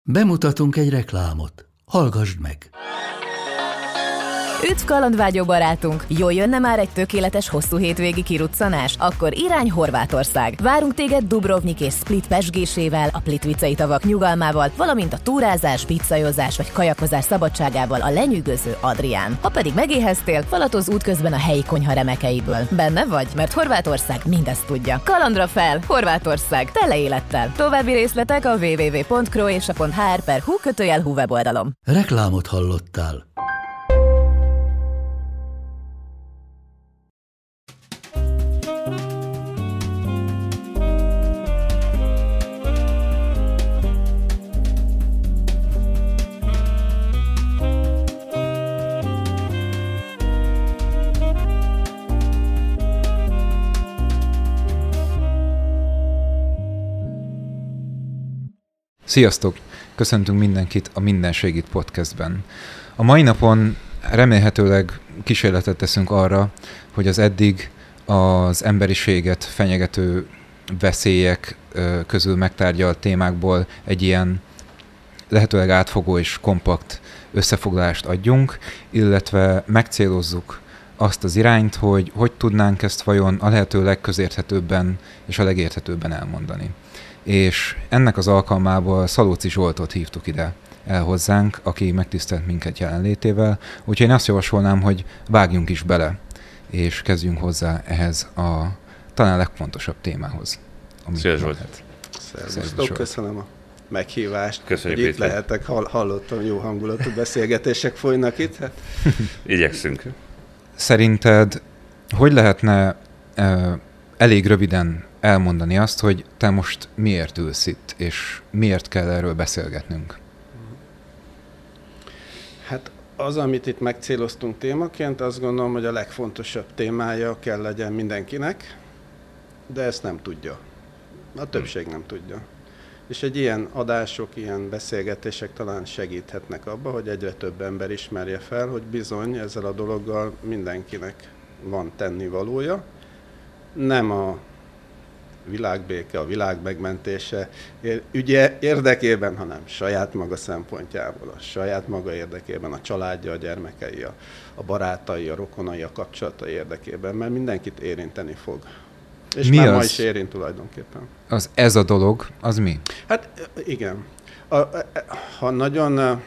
Bemutatunk egy reklámot. Hallgasd meg! Üdv kalandvágyó barátunk! Jól jönne már egy tökéletes hosszú hétvégi kiruccanás? Akkor irány Horvátország! Várunk téged Dubrovnik és Split pezsgésével, a Plitvicei tavak nyugalmával, valamint a túrázás, pizzajozás vagy kajakozás szabadságával a lenyűgöző Adrián. Ha pedig megéheztél, falatozz útközben a helyi konyha remekeiből. Benne vagy? Mert Horvátország mindezt tudja. Kalandra fel! Horvátország! Tele élettel! További részletek a www.croatia.hr/hu weboldalon. Reklámot hallottál. Sziasztok! Köszöntünk mindenkit a Minden Segít podcastben. A mai napon remélhetőleg kísérletet teszünk arra, hogy az eddig az emberiséget fenyegető veszélyek közül megtárgyalt témákból egy ilyen lehetőleg átfogó és kompakt összefoglalást adjunk, illetve megcélozzuk azt az irányt, hogy tudnánk ezt vajon a lehető legközérthetőbben és a legérthetőbben elmondani. És ennek az alkalmából Szalóci Zsoltot hívtuk ide el hozzánk, aki megtisztelt minket jelenlétével, úgyhogy én azt javasolnám, hogy vágjunk is bele, és kezdjünk hozzá ehhez a talán legfontosabb témához. Szia Zsolt! Szervusztok, köszönöm a meghívást. Köszönjük, hogy itt lehetek, hallottam, jó hangulatú beszélgetések folynak itt. Hát. Igyekszünk. Szerinted hogy lehetne elég röviden elmondani azt, hogy te most miért ülsz itt, és miért kell erről beszélgetnünk? Hát az, amit itt megcéloztunk témaként, azt gondolom, hogy a legfontosabb témája kell legyen mindenkinek, de ezt nem tudja. A többség nem tudja. És egy ilyen adások, ilyen beszélgetések talán segíthetnek abba, hogy egyre több ember ismerje fel, hogy bizony ezzel a dologgal mindenkinek van tennivalója. Nem a világbéke, a világ megmentése ügye érdekében, hanem saját maga szempontjából, a saját maga érdekében, a családja, a gyermekei, a barátai, a rokonai, a kapcsolatai érdekében, mert mindenkit érinteni fog. És mi már az? Ma is érint tulajdonképpen. Ez a dolog, az mi? Hát igen. Ha nagyon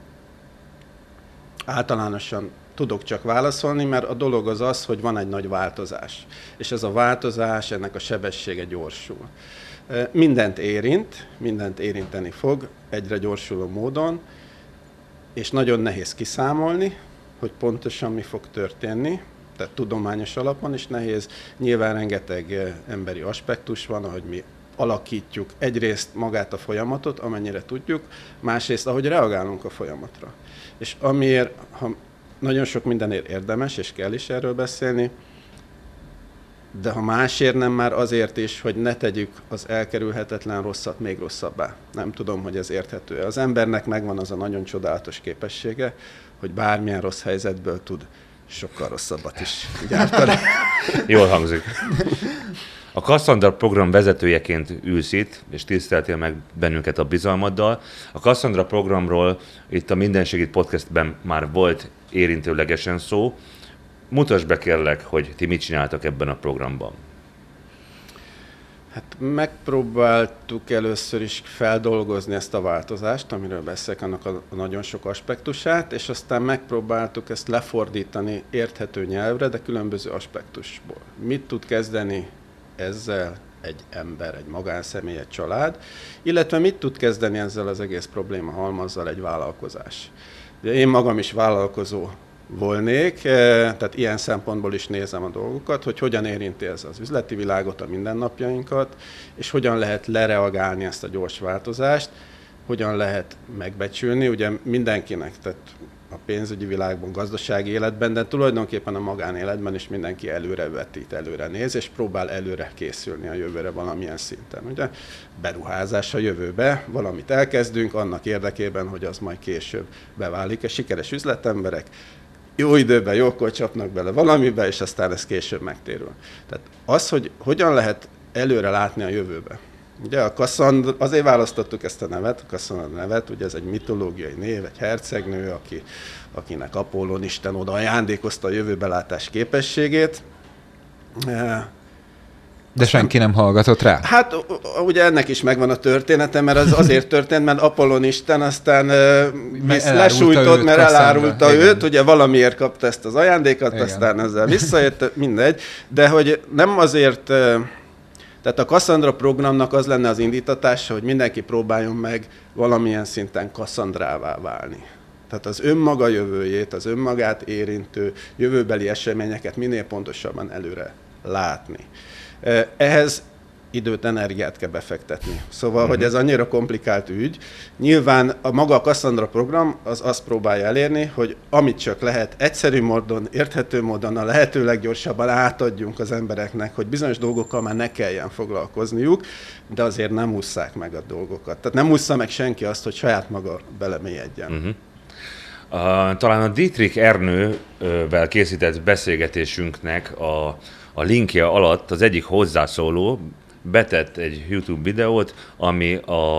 általánosan tudok csak válaszolni, mert a dolog az az, hogy van egy nagy változás. És ez a változás, ennek a sebessége gyorsul. Mindent érint, mindent érinteni fog egyre gyorsuló módon, és nagyon nehéz kiszámolni, hogy pontosan mi fog történni, tehát tudományos alapon is nehéz. Nyilván rengeteg emberi aspektus van, ahogy mi alakítjuk egyrészt magát a folyamatot, amennyire tudjuk, másrészt ahogy reagálunk a folyamatra. És amiért, ha nagyon sok mindenért érdemes, és kell is erről beszélni, de ha másért nem, már azért is, hogy ne tegyük az elkerülhetetlen rosszat még rosszabbá. Nem tudom, hogy ez érthető. Az embernek megvan az a nagyon csodálatos képessége, hogy bármilyen rossz helyzetből tud sokkal rosszabbat is gyártani. Jól hangzik. A Cassandra program vezetőjeként ülsz itt, és tiszteltél meg bennünket a bizalmaddal. A Cassandra programról itt a Minden Segít podcastben már volt érintőlegesen szó. Mutasd be kérlek, hogy ti mit csináltak ebben a programban. Hát megpróbáltuk először is feldolgozni ezt a változást, amiről beszélek, annak a nagyon sok aspektusát, és aztán megpróbáltuk ezt lefordítani érthető nyelvre, de különböző aspektusból. Mit tud kezdeni ezzel egy ember, egy magánszemély, egy család, illetve mit tud kezdeni ezzel az egész probléma halmazzal egy vállalkozás. De én magam is vállalkozó volnék, tehát ilyen szempontból is nézem a dolgokat, hogy hogyan érinti ez az üzleti világot, a mindennapjainkat, és hogyan lehet lereagálni ezt a gyors változást, hogyan lehet megbecsülni, ugye mindenkinek, tehát a pénzügyi világban, gazdasági életben, de tulajdonképpen a magánéletben is mindenki előre vetít, előre néz, és próbál előre készülni a jövőre valamilyen szinten. Ugye beruházás a jövőbe, valamit elkezdünk annak érdekében, hogy az majd később beválik. A sikeres üzletemberek jó időben, jókor csapnak bele valamibe, és aztán ez később megtérül. Tehát az, hogy hogyan lehet előre látni a jövőbe, Ugye azért választottuk ezt a nevet, a Kasszandra nevet, ugye ez egy mitológiai név, egy hercegnő, akinek Apollón isten oda ajándékozta a jövőbelátás képességét. De senki nem hallgatott rá. Hát ugye ennek is megvan a története, mert az azért történt, mert Apollón isten aztán lesújtott, mert elárulta őt, ugye valamiért kapta ezt az ajándékot, igen. Aztán ezzel visszajött, mindegy, de hogy nem azért, tehát a Kasszandra programnak az lenne az indítatása, hogy mindenki próbáljon meg valamilyen szinten Kasszandrává válni. Tehát az önmaga jövőjét, az önmagát érintő jövőbeli eseményeket minél pontosabban előre látni. Ehhez időt, energiát kell befektetni. Szóval, hogy ez annyira komplikált ügy. Nyilván a maga a Kasszandra program az azt próbálja elérni, hogy amit csak lehet, egyszerű módon, érthető módon, a lehető leggyorsabban átadjunk az embereknek, hogy bizonyos dolgokkal már ne kelljen foglalkozniuk, de azért nem ússzák meg a dolgokat. Tehát nem ússza meg senki azt, hogy saját maga belemélyedjen. Talán a Dietrich Ernővel készített beszélgetésünknek a linkje alatt az egyik hozzászóló betett egy YouTube videót, ami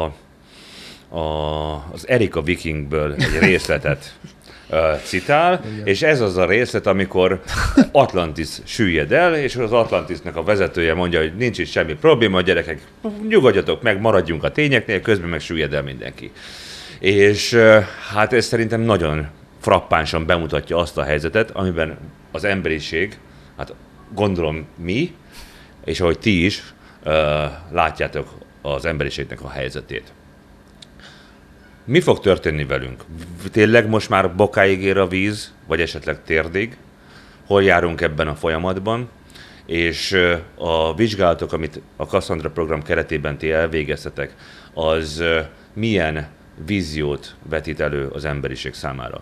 az Erika Vikingből egy részletet citál, és ez az a részlet, amikor Atlantis süllyed el, és az Atlantisnak a vezetője mondja, hogy nincs itt semmi probléma, gyerekek, nyugodjatok meg, maradjunk a tényeknél, közben meg süllyed el mindenki. És hát ez szerintem nagyon frappánsan bemutatja azt a helyzetet, amiben az emberiség, hát gondolom mi, és ahogy ti is látjátok az emberiségnek a helyzetét. Mi fog történni velünk? Tényleg most már bokáig ér a víz, vagy esetleg térdig? Hol járunk ebben a folyamatban? És a vizsgálatok, amit a Kasszandra program keretében ti elvégeztetek, az milyen víziót vetít elő az emberiség számára?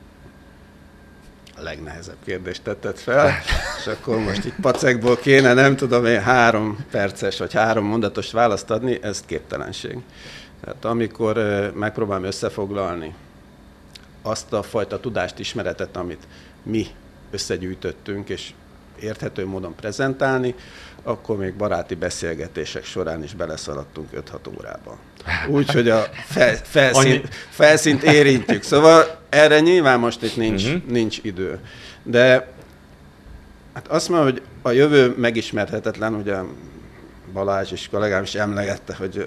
A legnehezebb kérdést tetted fel, és akkor most itt pacekból kéne, nem tudom én, 3 perces vagy 3 mondatos választ adni, ez képtelenség. Tehát amikor megpróbálom összefoglalni azt a fajta tudást, ismeretet, amit mi összegyűjtöttünk, és érthető módon prezentálni, akkor még baráti beszélgetések során is beleszaladtunk 5-6 órába. Úgyhogy a felszínt érintjük. Szóval erre nyilván most itt nincs idő. De hát azt mondom, hogy a jövő megismerhetetlen, ugye Balázs és kollégám is emlegette, hogy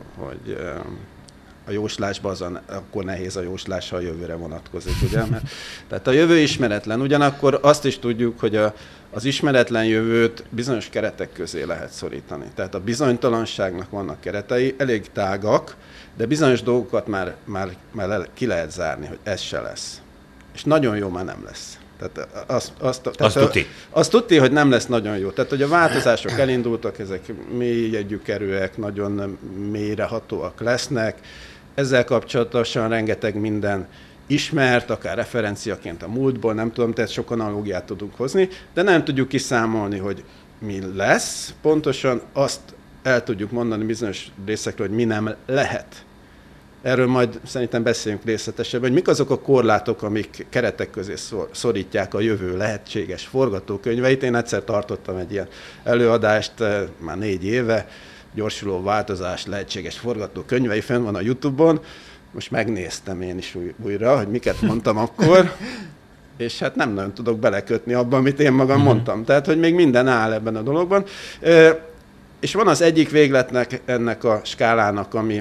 a jóslásban akkor nehéz a jóslás, ha a jövőre vonatkozik, ugye? Tehát a jövő ismeretlen, ugyanakkor azt is tudjuk, hogy az ismeretlen jövőt bizonyos keretek közé lehet szorítani. Tehát a bizonytalanságnak vannak keretei, elég tágak, de bizonyos dolgokat már ki lehet zárni, hogy ez se lesz. És nagyon jó már nem lesz. Tehát azt tudti, hogy nem lesz nagyon jó. Tehát, hogy a változások elindultak, ezek mély gyökerűek, nagyon mélyrehatóak lesznek. Ezzel kapcsolatosan rengeteg minden ismert, akár referenciaként a múltból, nem tudom, tehát sok analógiát tudunk hozni, de nem tudjuk kiszámolni, hogy mi lesz. Pontosan azt el tudjuk mondani bizonyos részekről, hogy mi nem lehet. Erről majd szerintem beszéljünk részletesebben, hogy mik azok a korlátok, amik keretek közé szorítják a jövő lehetséges forgatókönyveit. Én egyszer tartottam egy ilyen előadást, már 4 éve, gyorsuló változás lehetséges forgatókönyvei, fenn van a YouTube-on. Most megnéztem én is újra, hogy miket mondtam akkor, és hát nem nagyon tudok belekötni abban, amit én magam mondtam. Tehát, hogy még minden áll ebben a dologban. És van az egyik végletnek ennek a skálának, ami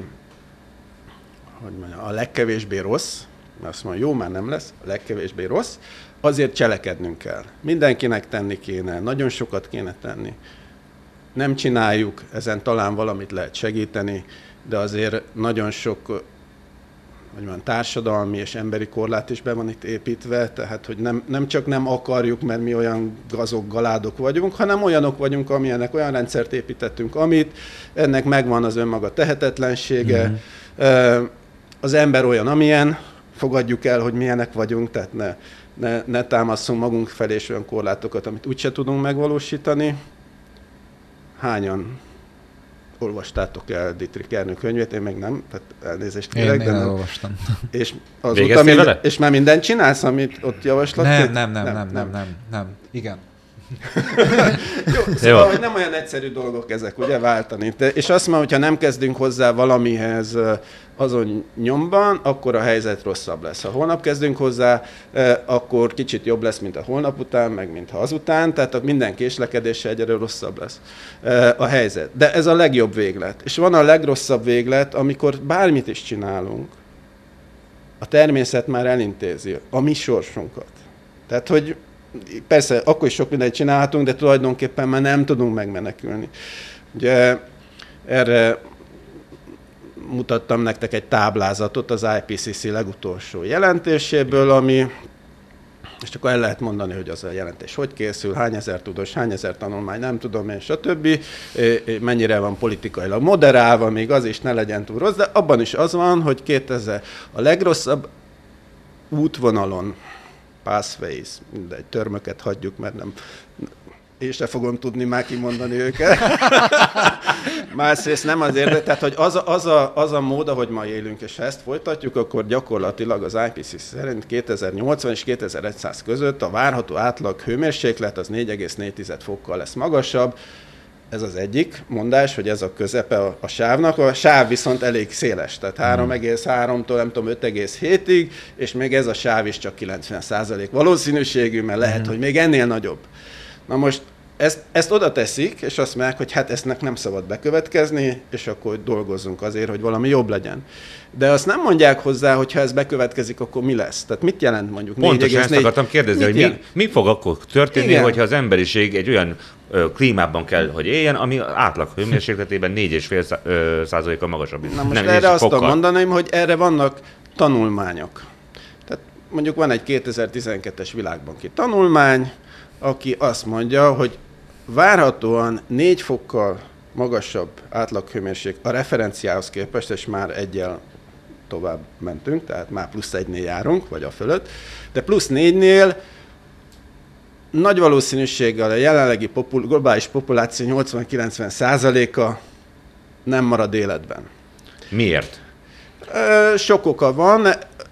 a legkevésbé rossz, azt mondja, jó, már nem lesz, a legkevésbé rossz, azért cselekednünk kell. Mindenkinek tenni kéne, nagyon sokat kéne tenni. Nem csináljuk, ezen talán valamit lehet segíteni, de azért nagyon sok társadalmi és emberi korlát is be van itt építve, tehát hogy nem csak nem akarjuk, mert mi olyan gazok, galádok vagyunk, hanem olyanok vagyunk, amilyenek, olyan rendszert építettünk, amit ennek megvan az önmaga tehetetlensége. Az ember olyan, amilyen, fogadjuk el, hogy milyenek vagyunk, tehát ne támasszunk magunk felé és olyan korlátokat, amit úgyse tudunk megvalósítani. Hányan olvastátok el Dietrich Ernő könyvét? Én még nem, tehát elnézést kérek. Én elolvastam. És azóta és már mindent csinálsz, amit ott javaslott? Nem. Igen. Jó, szóval, hogy nem olyan egyszerű dolgok ezek, ugye, váltani. És azt mondom, hogyha nem kezdünk hozzá valamihez azon nyomban, akkor a helyzet rosszabb lesz. Ha holnap kezdünk hozzá, akkor kicsit jobb lesz, mint a holnap után, meg mint ha azután, tehát minden késlekedéssel egyre rosszabb lesz a helyzet. De ez a legjobb véglet. És van a legrosszabb véglet, amikor bármit is csinálunk, a természet már elintézi a mi sorsunkat. Tehát, hogy persze, akkor is sok mindent csinálhatunk, de tulajdonképpen már nem tudunk megmenekülni. Ugye erre mutattam nektek egy táblázatot az IPCC legutolsó jelentéséből, ami, és akkor el lehet mondani, hogy az a jelentés hogy készül, hány ezer tudós, hány ezer tanulmány, nem tudom én, stb. Mennyire van politikailag moderálva, még az is ne legyen túl rossz, de abban is az van, hogy 2000 a legrosszabb útvonalon, pathways, mindegy, termöket hagyjuk, mert nem, én se fogom tudni már kimondani őket. Másrészt nem azért, de tehát, hogy az a mód, ahogy ma élünk, és ha ezt folytatjuk, akkor gyakorlatilag az IPCC szerint 2080 és 2100 között a várható átlag hőmérséklet az 4,4 fokkal lesz magasabb. Ez az egyik mondás, hogy ez a közepe a sávnak. A sáv viszont elég széles, tehát 3,3-tól nem tudom 5,7-ig, és még ez a sáv is csak 90% valószínűségű, mert lehet, hogy még ennél nagyobb. Na most ezt oda teszik, és azt mondják, hogy hát ezt nem szabad bekövetkezni, és akkor dolgozzunk azért, hogy valami jobb legyen. De azt nem mondják hozzá, hogy ha ez bekövetkezik, akkor mi lesz? Tehát mit jelent mondjuk 4,4? Pontosan ezt akartam kérdezni, hogy mi fog akkor történni, igen, hogyha az emberiség egy olyan klímában kell, hogy éljen, ami átlag hőmérsékletében 4,5%-kal magasabb. Na most nem erre azt tudom mondani, hogy erre vannak tanulmányok. Tehát mondjuk van egy 2012-es világbanki tanulmány, aki azt mondja, hogy várhatóan 4 fokkal magasabb átlaghőmérséklet a referenciához képest, és már egyel tovább mentünk, tehát már plusz 1-nél járunk, vagy a fölött, de plusz 4-nél nagy valószínűséggel a jelenlegi globális populáció 80-90%-a nem marad életben. Miért? Sok oka van.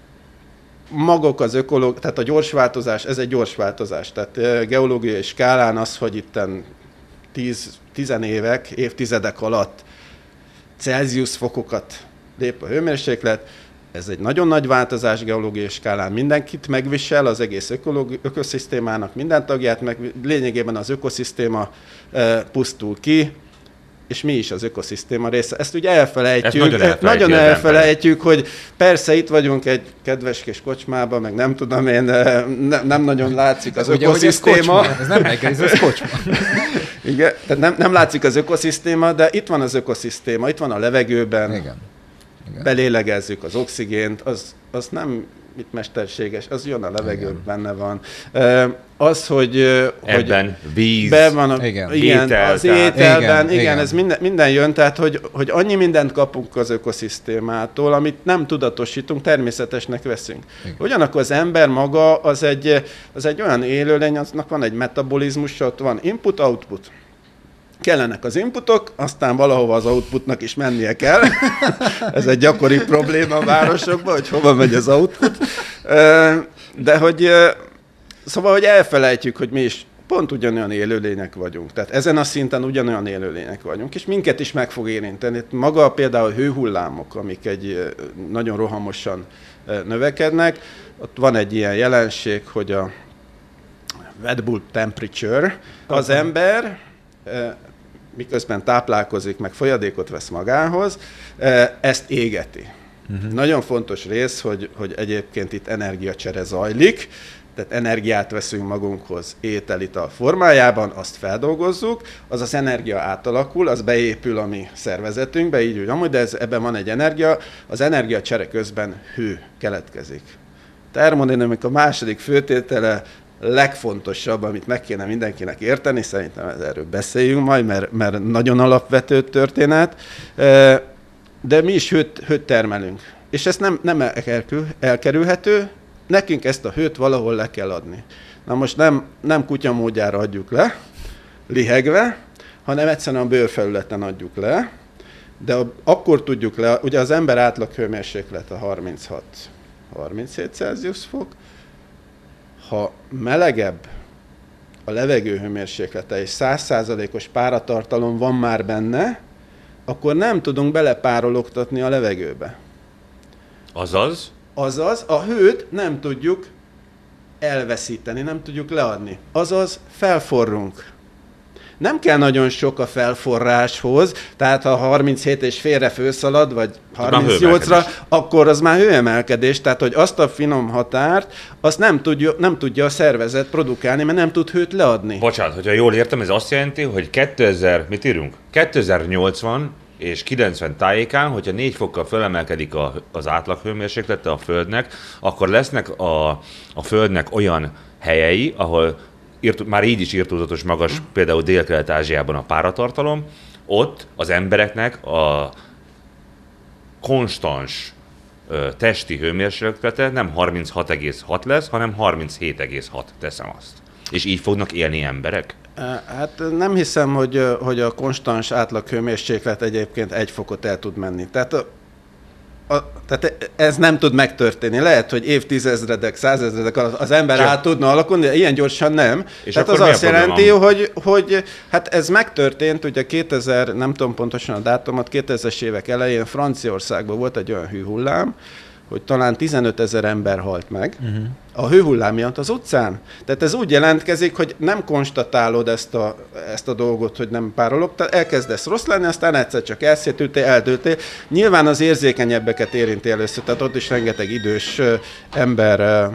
Maguk az tehát a gyors változás, ez egy gyors változás. Tehát geológiai skálán az, hogy itten 10 évek, évtizedek alatt Celsius fokokat lép a hőmérséklet, ez egy nagyon nagy változás geológiai skálán, mindenkit megvisel, az egész ökoszisztémának minden tagját, meg lényegében az ökoszisztéma pusztul ki, és mi is az ökoszisztéma része. Ezt ugye elfelejtjük, nagyon elfelejtjük, hogy persze itt vagyunk egy kedves kis kocsmában, meg nem tudom én, nem nagyon látszik az ökoszisztéma. Ez nem egész, ez kocsma. Igen, tehát nem látszik az ökoszisztéma, de itt van az ökoszisztéma, itt van a levegőben. Igen. Belélegezzük az oxigént, az nem itt mesterséges, az jön a levegőben, benne van. Az, hogy ebben víz, van az ételben, igen, ez minden jön, tehát hogy annyi mindent kapunk az ökoszisztémától, amit nem tudatosítunk, természetesnek veszünk. Igen. Ugyanakkor az ember maga az egy olyan élőlény, aznak van egy metabolizmus, ott van input-output. Kellenek az inputok, aztán valahova az outputnak is mennie kell. Ez egy gyakori probléma a városokban, hogy hova megy az output. De hogy szóval, hogy elfelejtjük, hogy mi is pont ugyanolyan élőlények vagyunk. Tehát ezen a szinten ugyanolyan élőlények vagyunk, és minket is meg fog érinteni. Maga például a hőhullámok, amik egy nagyon rohamosan növekednek, ott van egy ilyen jelenség, hogy a wet bulb temperature, az ember miközben táplálkozik, meg folyadékot vesz magához, ezt égeti. Nagyon fontos rész, hogy egyébként itt energiacsere zajlik, tehát energiát veszünk magunkhoz ételital formájában, azt feldolgozzuk, az az energia átalakul, az beépül a mi szervezetünkbe, így úgy amúgy, de ebben van egy energia, az energiacsere közben hő keletkezik. Termodinamika második főtétele legfontosabb, amit meg kéne mindenkinek érteni, szerintem erről beszéljünk majd, mert nagyon alapvető történet, de mi is hőt termelünk. És ez nem elkerülhető, nekünk ezt a hőt valahol le kell adni. Na most nem kutyamódjára adjuk le, lihegve, hanem egyszerűen a bőrfelületen adjuk le, de akkor tudjuk le, ugye az ember átlag hőmérséklete 36-37 Celsius fok, ha melegebb a levegő hőmérséklete és 100%-os páratartalom van már benne, akkor nem tudunk belepárologtatni a levegőbe. Azaz? Azaz, a hőt nem tudjuk elveszíteni, nem tudjuk leadni. Azaz, felforrunk. Nem kell nagyon sok a felforráshoz, tehát ha 37 és félre fölszalad, vagy 38-ra, akkor az már hőemelkedés, tehát hogy azt a finom határt, azt nem tudja a szervezet produkálni, mert nem tud hőt leadni. Bocsánat, hogyha jól értem, ez azt jelenti, hogy 2080 és 90 tájékán, hogyha 4 fokkal fölemelkedik az átlaghőmérséklete a Földnek, akkor lesznek a Földnek olyan helyei, ahol már így is irtózatos magas, például Dél-Kelet-Ázsiában a páratartalom, ott az embereknek a konstans testi hőmérséklete nem 36,6 lesz, hanem 37,6, teszem azt. És így fognak élni emberek? Hát nem hiszem, hogy a konstans átlag hőmérséklet egyébként 1 fokot el tud menni. Tehát ez nem tud megtörténni. Lehet, hogy évtizedek, százezredek alatt az ember át tudna alakulni, de ilyen gyorsan nem. És tehát az azt jelenti, hogy hát ez megtörtént, ugye 2000, nem tudom pontosan a dátumot, 2000-es évek elején Franciaországban volt egy olyan hőhullám, hogy talán 15 000 ember halt meg a hőhullám miatt az utcán. Tehát ez úgy jelentkezik, hogy nem konstatálod ezt a dolgot, hogy nem párologtál, elkezdesz rossz lenni, aztán egyszer csak elszétültél, eldőltél. Nyilván az érzékenyebbeket érinti először, tehát ott is rengeteg idős ember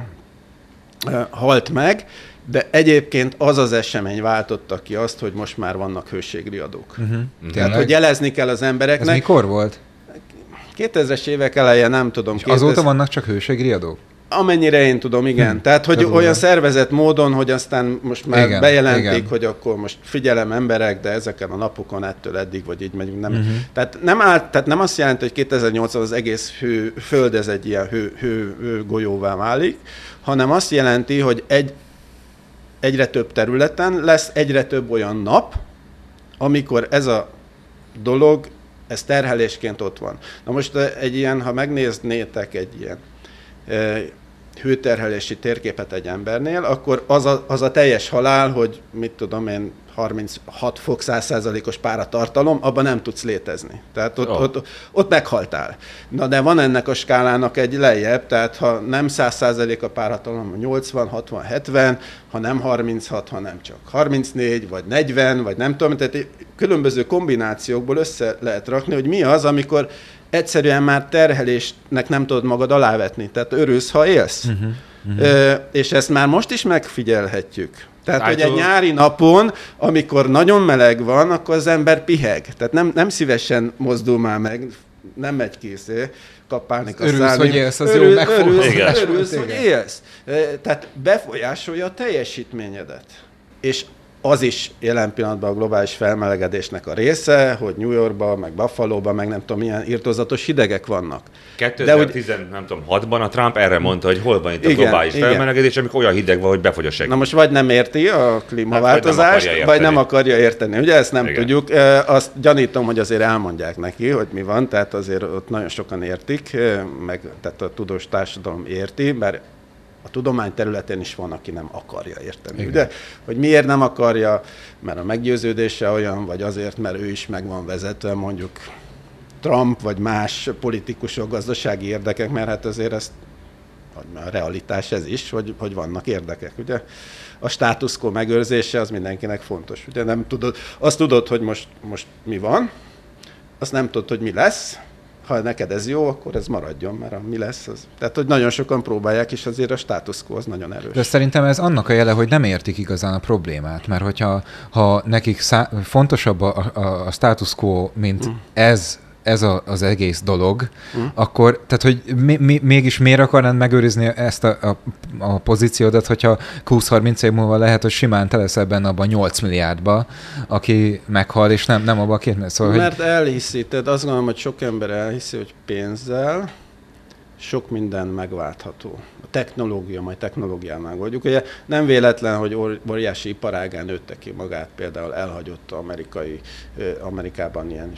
halt meg, de egyébként az esemény váltotta ki azt, hogy most már vannak hőségriadók. Tehát, hogy jelezni kell az embereknek. Ez mikor volt? 2000-es évek eleje, nem tudom. És azóta vannak csak hőségriadók? Amennyire én tudom, igen. Tehát, hogy olyan szervezett módon, hogy aztán most már bejelentik, hogy akkor most figyelem emberek, de ezeken a napokon ettől eddig, vagy így megyünk. Nem. Tehát nem azt jelenti, hogy 2008-ban az egész Föld ez egy ilyen hő golyóvá válik, hanem azt jelenti, hogy egyre több területen lesz egyre több olyan nap, amikor ez a dolog, ez terhelésként ott van. Na most egy ilyen, ha megnéznétek egy ilyen hőterhelési térképet egy embernél, akkor az a teljes halál, hogy mit tudom én, 36 fok 100%-os páratartalom, abban nem tudsz létezni. Tehát ott meghaltál. Na de van ennek a skálának egy lejjebb, tehát ha nem 100% a páratartalom, 80, 60, 70, ha nem 36, hanem csak 34, vagy 40, vagy nem tudom, tehát különböző kombinációkból össze lehet rakni, hogy mi az, amikor egyszerűen már terhelésnek nem tudod magad alávetni. Tehát örülsz, ha élsz. És ezt már most is megfigyelhetjük. Tehát, hogy egy nyári napon, amikor nagyon meleg van, akkor az ember piheg. Tehát nem szívesen mozdul már meg, nem megy készé, kapálni a örülsz, hogy élsz, az jó megfogás. Örülsz, hogy élsz. Tehát befolyásolja a teljesítményedet. És az is jelen pillanatban a globális felmelegedésnek a része, hogy New Yorkban, meg Buffalóban, meg nem tudom, milyen irtózatos hidegek vannak. 2016-ban a Trump erre mondta, hogy hol van itt a globális felmelegedés, amikor olyan hideg van, hogy befogy a segély. Na most vagy nem érti a klímaváltozást, vagy nem akarja érteni. Ugye ezt nem tudjuk. Azt gyanítom, hogy azért elmondják neki, hogy mi van, tehát azért ott nagyon sokan értik, meg tehát a tudós társadalom érti, mert a tudomány területén is van, aki nem akarja érteni. Ugye? Hogy miért nem akarja, mert a meggyőződése olyan, vagy azért, mert ő is meg van vezetve, mondjuk Trump, vagy más politikusok, gazdasági érdekek, mert hát azért ez a realitás ez is, hogy vannak érdekek. Ugye? A status quo megőrzése az mindenkinek fontos. Ugye nem tudod, azt tudod, hogy most mi van, azt nem tudod, hogy mi lesz. Ha neked ez jó, akkor ez maradjon, mert mi lesz az. Tehát, hogy nagyon sokan próbálják, és azért a status quo az nagyon erős. De szerintem ez annak a jele, hogy nem értik igazán a problémát, mert hogyha nekik fontosabb a status quo, mint ez az egész dolog, akkor, tehát, hogy mégis miért akarnád megőrizni ezt a pozíciódat, hogyha 20-30 év múlva lehet, hogy simán te leszel benne abban 8 milliárdba, aki meghal, és nem abban a 2 milliárd. Szóval, mert elhiszi, tehát azt gondolom, hogy sok ember elhiszi, hogy pénzzel sok minden megváltható. A technológia, majd technológiánál vagyunk. Ugye nem véletlen, hogy óriási iparágán nőtte ki magát, például elhagyott Amerikában ilyen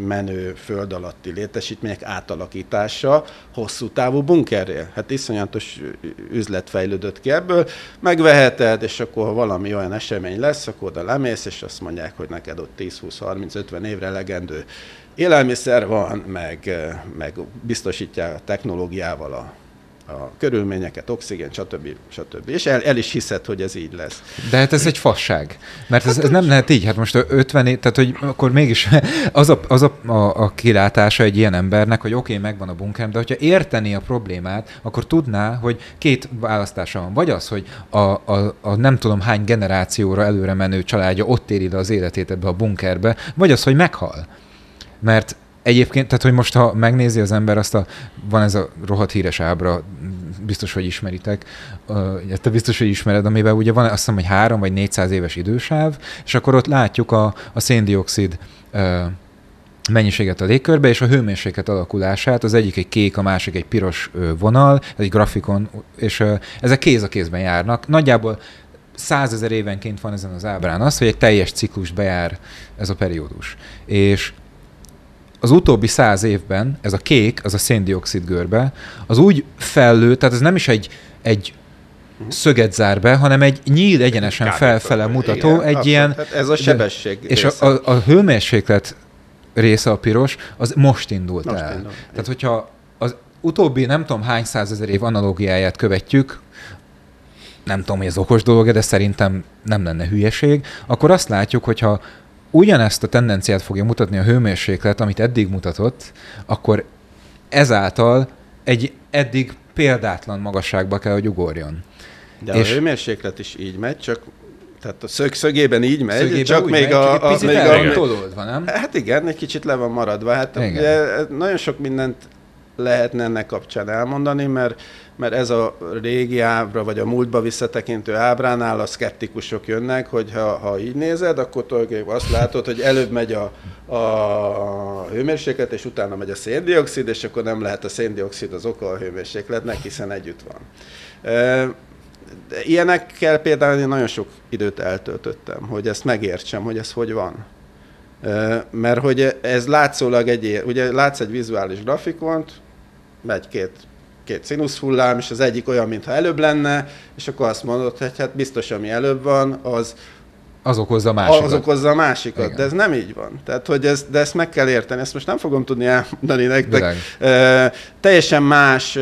menő föld alatti létesítmények átalakítása hosszú távú bunkerré. Hát iszonyatos üzlet fejlődött ki ebből. Megveheted, és akkor ha valami olyan esemény lesz, akkor oda lemész, és azt mondják, hogy neked ott 10-20-30-50 évre elegendő élelmiszer van, meg biztosítják a technológiával a körülményeket, oxigén, stb. És el is hiszed, hogy ez így lesz. De hát ez egy fasság. Mert ez nem lehet így. Hát most 50 év, tehát hogy akkor mégis az a kilátása egy ilyen embernek, hogy oké, megvan a bunkerem, de hogyha értené a problémát, akkor tudná, hogy két választása van. Vagy az, hogy a nem tudom hány generációra előre menő családja ott éri le az életét ebbe a bunkerbe, vagy az, hogy meghal. Mert egyébként, tehát hogy most, ha megnézi az ember van ez a rohadt híres ábra, biztos, hogy ismeritek, te biztos, hogy ismered, amiben ugye van azt hiszem, hogy 300 vagy 400 éves idősáv, és akkor ott látjuk a szén-dioxid mennyiséget a légkörbe, és a hőmérséklet alakulását, az egyik egy kék, a másik egy piros vonal, ez egy grafikon, és ezek kéz a kézben járnak. Nagyjából 100 000 évenként van ezen az ábrán az, hogy egy teljes ciklust bejár ez a periódus. És az utóbbi 100 évben ez a kék, az a szén-dioxid görbe, az úgy fellő, tehát ez nem is egy szöget zár be, hanem egy nyíl egyenesen felfele mutató, igen, egy ilyen... Hát ez a sebesség és a hőmérséklet része, a piros, az most indult el. Tehát, hogyha az utóbbi nem tudom hány 100 000 év analógiáját követjük, nem tudom, hogy ez okos dolog, de szerintem nem lenne hülyeség, akkor azt látjuk, hogyha ugyanezt a tendenciát fogja mutatni a hőmérséklet, amit eddig mutatott, akkor ezáltal egy eddig példátlan magasságba kell, hogy ugorjon. De a hőmérséklet is így megy, csak tehát a szögében így megy, szögében csak még megy, picit el van tolódva, nem? Hát igen, egy kicsit le van maradva. Hát ugye, nagyon sok mindent lehetne ennek kapcsán elmondani, mert ez a régi ábra, vagy a múltba visszatekintő ábránál a szkeptikusok jönnek, hogy ha így nézed, akkor tulajdonképpen azt látod, hogy előbb megy a hőmérséklet, és utána megy a szén-dioxid, és akkor nem lehet a szén-dioxid az oka a hőmérsékletnek, hiszen együtt van. Ilyenekkel például én nagyon sok időt eltöltöttem, hogy ezt megértsem, hogy ez hogy van. Mert hogy ez látszólag ugye látsz egy vizuális grafikont, megy két színusz hullám, és az egyik olyan, mintha előbb lenne, és akkor azt mondod, hogy hát biztos, ami előbb van, az okozza a másikat. Az okozza a másikat, igen. De ez nem így van. Tehát, hogy de ezt meg kell érteni, ezt most nem fogom tudni elmondani nektek. Teljesen más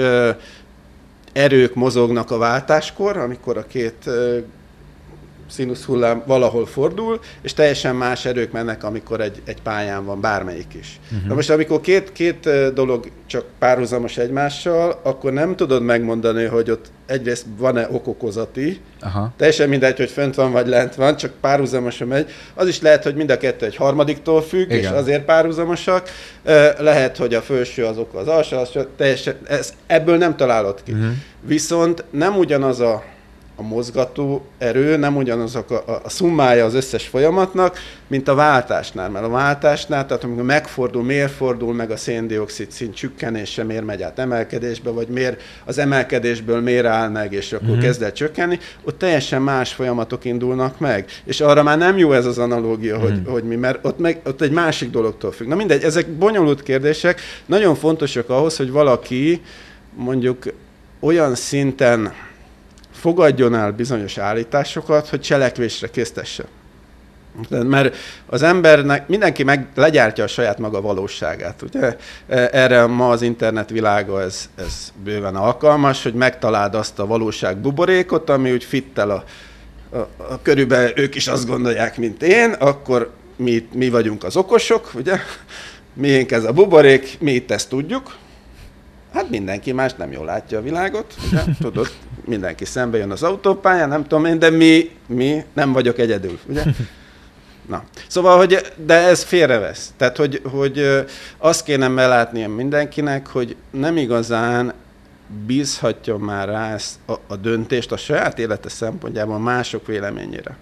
erők mozognak a váltáskor, amikor a két színusz hullám valahol fordul, és teljesen más erők mennek, amikor egy pályán van bármelyik is. Na most, amikor két dolog csak párhuzamos egymással, akkor nem tudod megmondani, hogy ott egyrészt van-e okokozati, teljesen mindegy, hogy fönt van vagy lent van, csak párhuzamosan megy. Az is lehet, hogy mind a kettő egy harmadiktól függ, igen. És azért párhuzamosak. Lehet, hogy a felső az oka az alsó, teljesen, ebből nem találod ki. Viszont nem ugyanaz a mozgató erő, nem ugyanazok a szummája az összes folyamatnak, mint a váltásnál. Mert a váltásnál, tehát amikor megfordul, miért fordul meg a szén-dioxid szint csökkenése, miért megy át emelkedésbe, vagy miért az emelkedésből miért áll meg, és akkor kezd el csökkenni, ott teljesen más folyamatok indulnak meg. És arra már nem jó ez az analógia, hogy mi, mert ott egy másik dologtól függ. Na mindegy, ezek bonyolult kérdések, nagyon fontosak ahhoz, hogy valaki mondjuk olyan szinten fogadjon el bizonyos állításokat, hogy cselekvésre késztesse. Mert az embernek, mindenki legyártja a saját maga valóságát. Ugye? Erre ma az internet világa ez bőven alkalmas, hogy megtaláld azt a valóság buborékot, ami úgy fittel körülbelül ők is azt gondolják, mint én, akkor mi vagyunk az okosok, ugye? Miénk ez a buborék, mi itt ezt tudjuk. Hát mindenki más nem jól látja a világot, ugye? Tudod, mindenki szembe jön az autópályán, nem tudom én, de mi nem vagyok egyedül, ugye? Na, szóval, de ez félrevesz. Tehát, hogy azt kéne belátnia mindenkinek, hogy nem igazán bízhatja már rá ezt a döntést a saját élete szempontjában mások véleményére.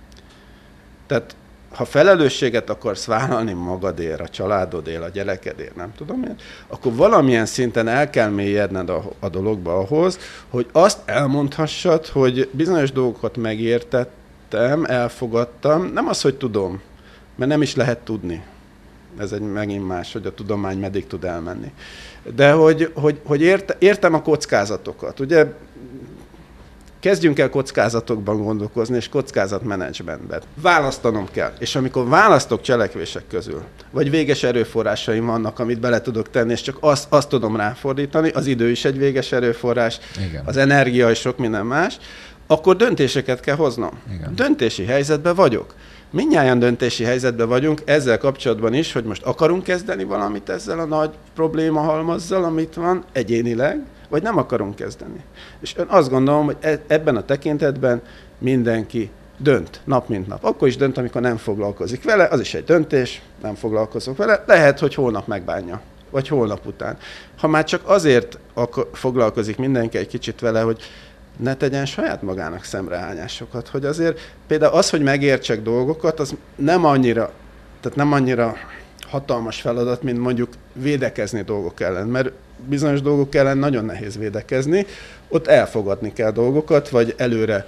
Tehát, ha felelősséget akarsz vállalni magadért, a családodért, a gyerekedért, nem tudom én, akkor valamilyen szinten el kell mélyedned a dologba ahhoz, hogy azt elmondhassad, hogy bizonyos dolgokat megértettem, elfogadtam, nem az, hogy tudom, mert nem is lehet tudni. Ez egy megint más, hogy a tudomány meddig tud elmenni. De hogy értem a kockázatokat. Ugye kezdjünk el kockázatokban gondolkozni, és kockázatmenedzsmentben. Választanom kell. És amikor választok cselekvések közül, vagy véges erőforrásaim vannak, amit bele tudok tenni, és csak azt tudom ráfordítani, az idő is egy véges erőforrás, igen. Az energia és sok minden más, akkor döntéseket kell hoznom. Igen. Döntési helyzetben vagyok. Mindnyájan döntési helyzetben vagyunk ezzel kapcsolatban is, hogy most akarunk kezdeni valamit ezzel a nagy problémahalmazzal, amit van egyénileg, vagy nem akarunk kezdeni. És én azt gondolom, hogy ebben a tekintetben mindenki dönt, nap mint nap. Akkor is dönt, amikor nem foglalkozik vele, az is egy döntés, nem foglalkozok vele. Lehet, hogy holnap megbánja, vagy holnap után. Ha már csak azért foglalkozik mindenki egy kicsit vele, hogy ne tegyen saját magának szemrehányásokat, hogy azért például az, hogy megértsek dolgokat, az nem annyira hatalmas feladat, mint mondjuk védekezni dolgok ellen, mert bizonyos dolgok ellen nagyon nehéz védekezni, ott elfogadni kell dolgokat, vagy előre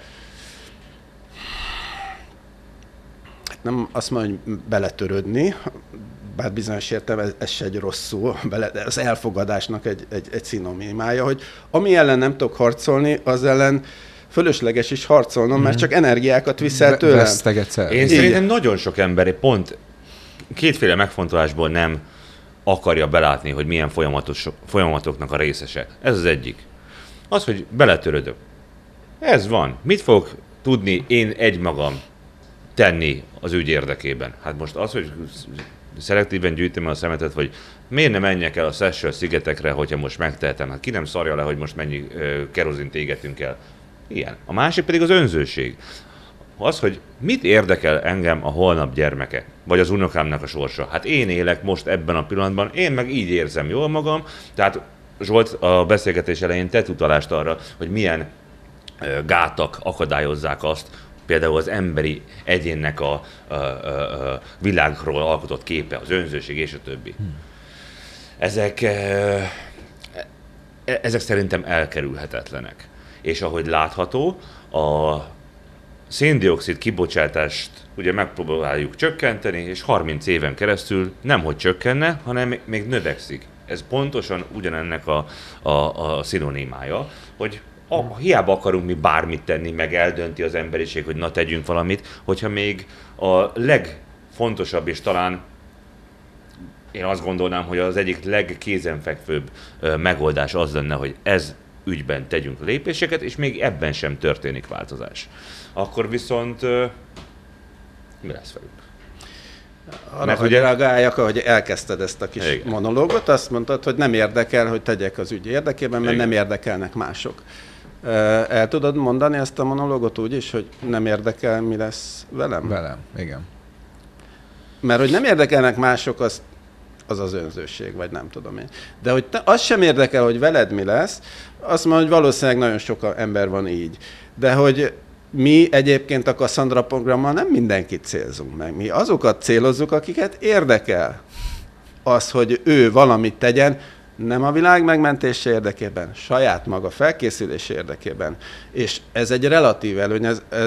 nem azt mondom, hogy beletörődni, bár bizonyos értelemben ez se egy rossz szó, de az elfogadásnak egy szinonimája, hogy ami ellen nem tudok harcolni, az ellen fölösleges is harcolnom, mert csak energiákat viszel tőlem. Én szerintem nagyon sok ember pont kétféle megfontolásból nem akarja belátni, hogy milyen folyamatoknak a részese. Ez az egyik. Az, hogy beletörödök. Ez van. Mit fogok tudni én egymagam tenni az ügy érdekében? Hát most az, hogy szelektíven gyűjtöm a szemetet, vagy miért nem menjek el a Seychelles-szigetekre, hogyha most megtehetem? Hát ki nem szarja le, hogy most mennyi kerozint égetünk el. Ilyen. A másik pedig az önzőség. Az, hogy mit érdekel engem a holnap gyermeke, vagy az unokámnak a sorsa. Hát én élek most ebben a pillanatban, én meg így érzem jól magam. Tehát Zsolt a beszélgetés elején tett utalást arra, hogy milyen gátak akadályozzák azt, például az emberi egyénnek a világról alkotott képe, az önzőség és a többi. Ezek szerintem elkerülhetetlenek. És ahogy látható, a szén-dioxid kibocsátást ugye megpróbáljuk csökkenteni, és 30 éven keresztül nemhogy csökkenne, hanem még növekszik. Ez pontosan ugyanennek a szinonimája, hogy hiába akarunk mi bármit tenni, meg eldönti az emberiség, hogy na tegyünk valamit, hogyha még a legfontosabb és talán én azt gondolnám, hogy az egyik legkézenfekvőbb megoldás az lenne, hogy ez ügyben tegyünk lépéseket, és még ebben sem történik változás. Akkor viszont mi lesz velük? Arra, hogy reagáljak, ahogy elkezdted ezt a kis monológot, azt mondtad, hogy nem érdekel, hogy tegyek az ügy érdekében, mert nem érdekelnek mások. El tudod mondani ezt a monológot úgy is, hogy nem érdekel, mi lesz velem? Velem, igen. Mert hogy nem érdekelnek mások, az önzőség, vagy nem tudom én. De hogy az sem érdekel, hogy veled mi lesz, azt mondom, hogy valószínűleg nagyon sok ember van így. De hogy mi egyébként a Cassandra programmal nem mindenkit célzunk meg. Mi azokat célozzuk, akiket érdekel az, hogy ő valamit tegyen, nem a világ megmentése érdekében, saját maga felkészülése érdekében. És ez egy relatív előny,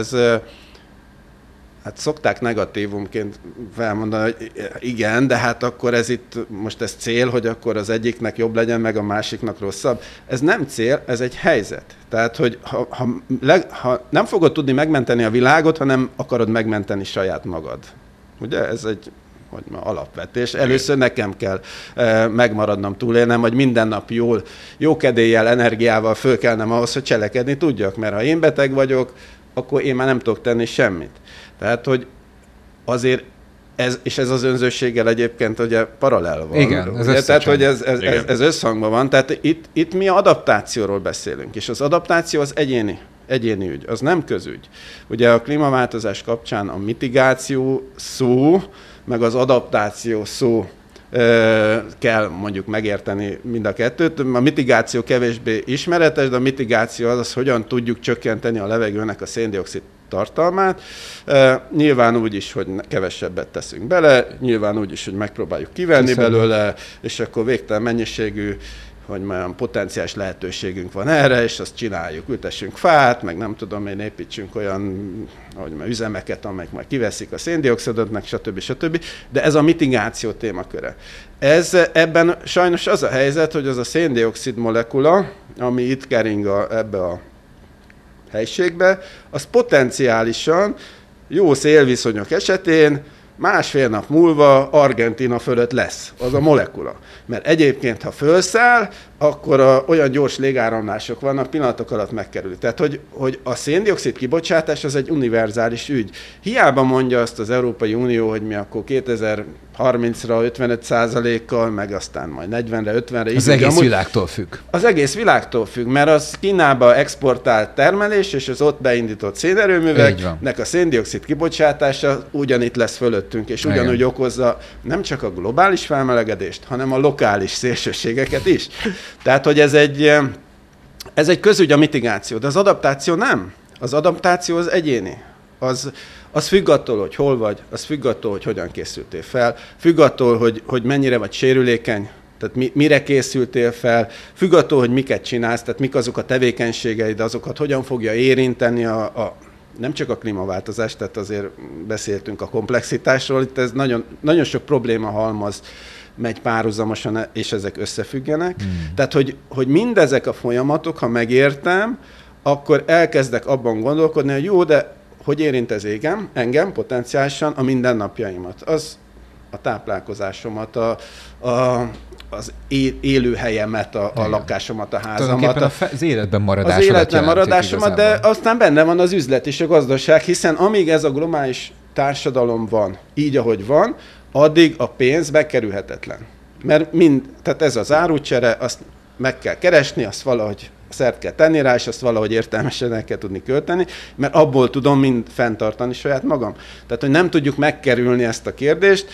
hát szokták negatívumként felmondani, hogy igen, de hát akkor ez itt, most ez cél, hogy akkor az egyiknek jobb legyen, meg a másiknak rosszabb. Ez nem cél, ez egy helyzet. Tehát, hogy ha nem fogod tudni megmenteni a világot, hanem akarod megmenteni saját magad. Ugye? Ez egy alapvetés. Először nekem kell megmaradnom, túlélnem, vagy minden nap jó kedéllyel, energiával fölkelnem ahhoz, hogy cselekedni tudjak. Mert ha én beteg vagyok, akkor én már nem tudok tenni semmit. Tehát, hogy azért ez az önzőséggel egyébként ugye paralel van. Igen, ez tehát, hogy ez összhangban van. Tehát itt mi adaptációról beszélünk, és az adaptáció az egyéni ügy, az nem közügy. Ugye a klímaváltozás kapcsán a mitigáció szó, meg az adaptáció szó kell mondjuk megérteni mind a kettőt. A mitigáció kevésbé ismeretes, de a mitigáció az, hogyan tudjuk csökkenteni a levegőnek a szén-dioxid tartalmát. Nyilván úgy is, hogy kevesebbet teszünk bele, nyilván úgy is, hogy megpróbáljuk kivenni belőle, és akkor végtelen mennyiségű olyan potenciális lehetőségünk van erre, és azt csináljuk, ültessünk fát, meg nem tudom én, építsünk olyan üzemeket, amelyek majd kiveszik a széndioxidot, meg stb. De ez a mitigáció témaköre. Ebben sajnos az a helyzet, hogy az a széndioxid molekula, ami itt kering ebbe a helységbe, az potenciálisan jó szélviszonyok esetén másfél nap múlva Argentína fölött lesz az a molekula. Mert egyébként, ha fölszáll, akkor olyan gyors légáramlások vannak, pillanatok alatt megkerül. Tehát, hogy a széndioxid kibocsátás az egy univerzális ügy. Hiába mondja azt az Európai Unió, hogy mi akkor 2030-ra 55%-kal, meg aztán majd 40-re, 50-re. Az egész világtól függ. Az egész világtól függ, mert az Kínába exportált termelés, és az ott beindított szénerőműveknek a széndioxid kibocsátása ugyanitt lesz fölöttünk, és ugyanúgy okozza nem csak a globális felmelegedést, hanem a lokális szélsőségeket is. Tehát, hogy ez egy közügy a mitigáció, de az adaptáció nem. Az adaptáció az egyéni. Az függ attól, hogy hol vagy, az függ attól, hogy hogyan készültél fel, függ attól, hogy mennyire vagy sérülékeny, tehát mire készültél fel, függ attól, hogy miket csinálsz, tehát mik azok a tevékenységeid, azokat hogyan fogja érinteni nem csak a klímaváltozás, tehát azért beszéltünk a komplexitásról, itt ez nagyon, nagyon sok probléma halmaz megy párhuzamosan, és ezek összefüggenek. Tehát, hogy mindezek a folyamatok, ha megértem, akkor elkezdek abban gondolkodni, hogy jó, de hogy érint ez engem potenciálisan a mindennapjaimat. Az a táplálkozásomat, az élőhelyemet, a lakásomat, a házamat. Az életben maradásomat. Az életben maradásomat, de aztán benne van az üzlet és a gazdaság, hiszen amíg ez a globális társadalom van, így ahogy van, addig a pénz bekerülhetetlen. Mert tehát ez az árucsere, azt meg kell keresni, azt valahogy szert kell tenni rá, és azt valahogy értelmesen el kell tudni költeni, mert abból tudom mind fenntartani saját magam. Tehát, hogy nem tudjuk megkerülni ezt a kérdést,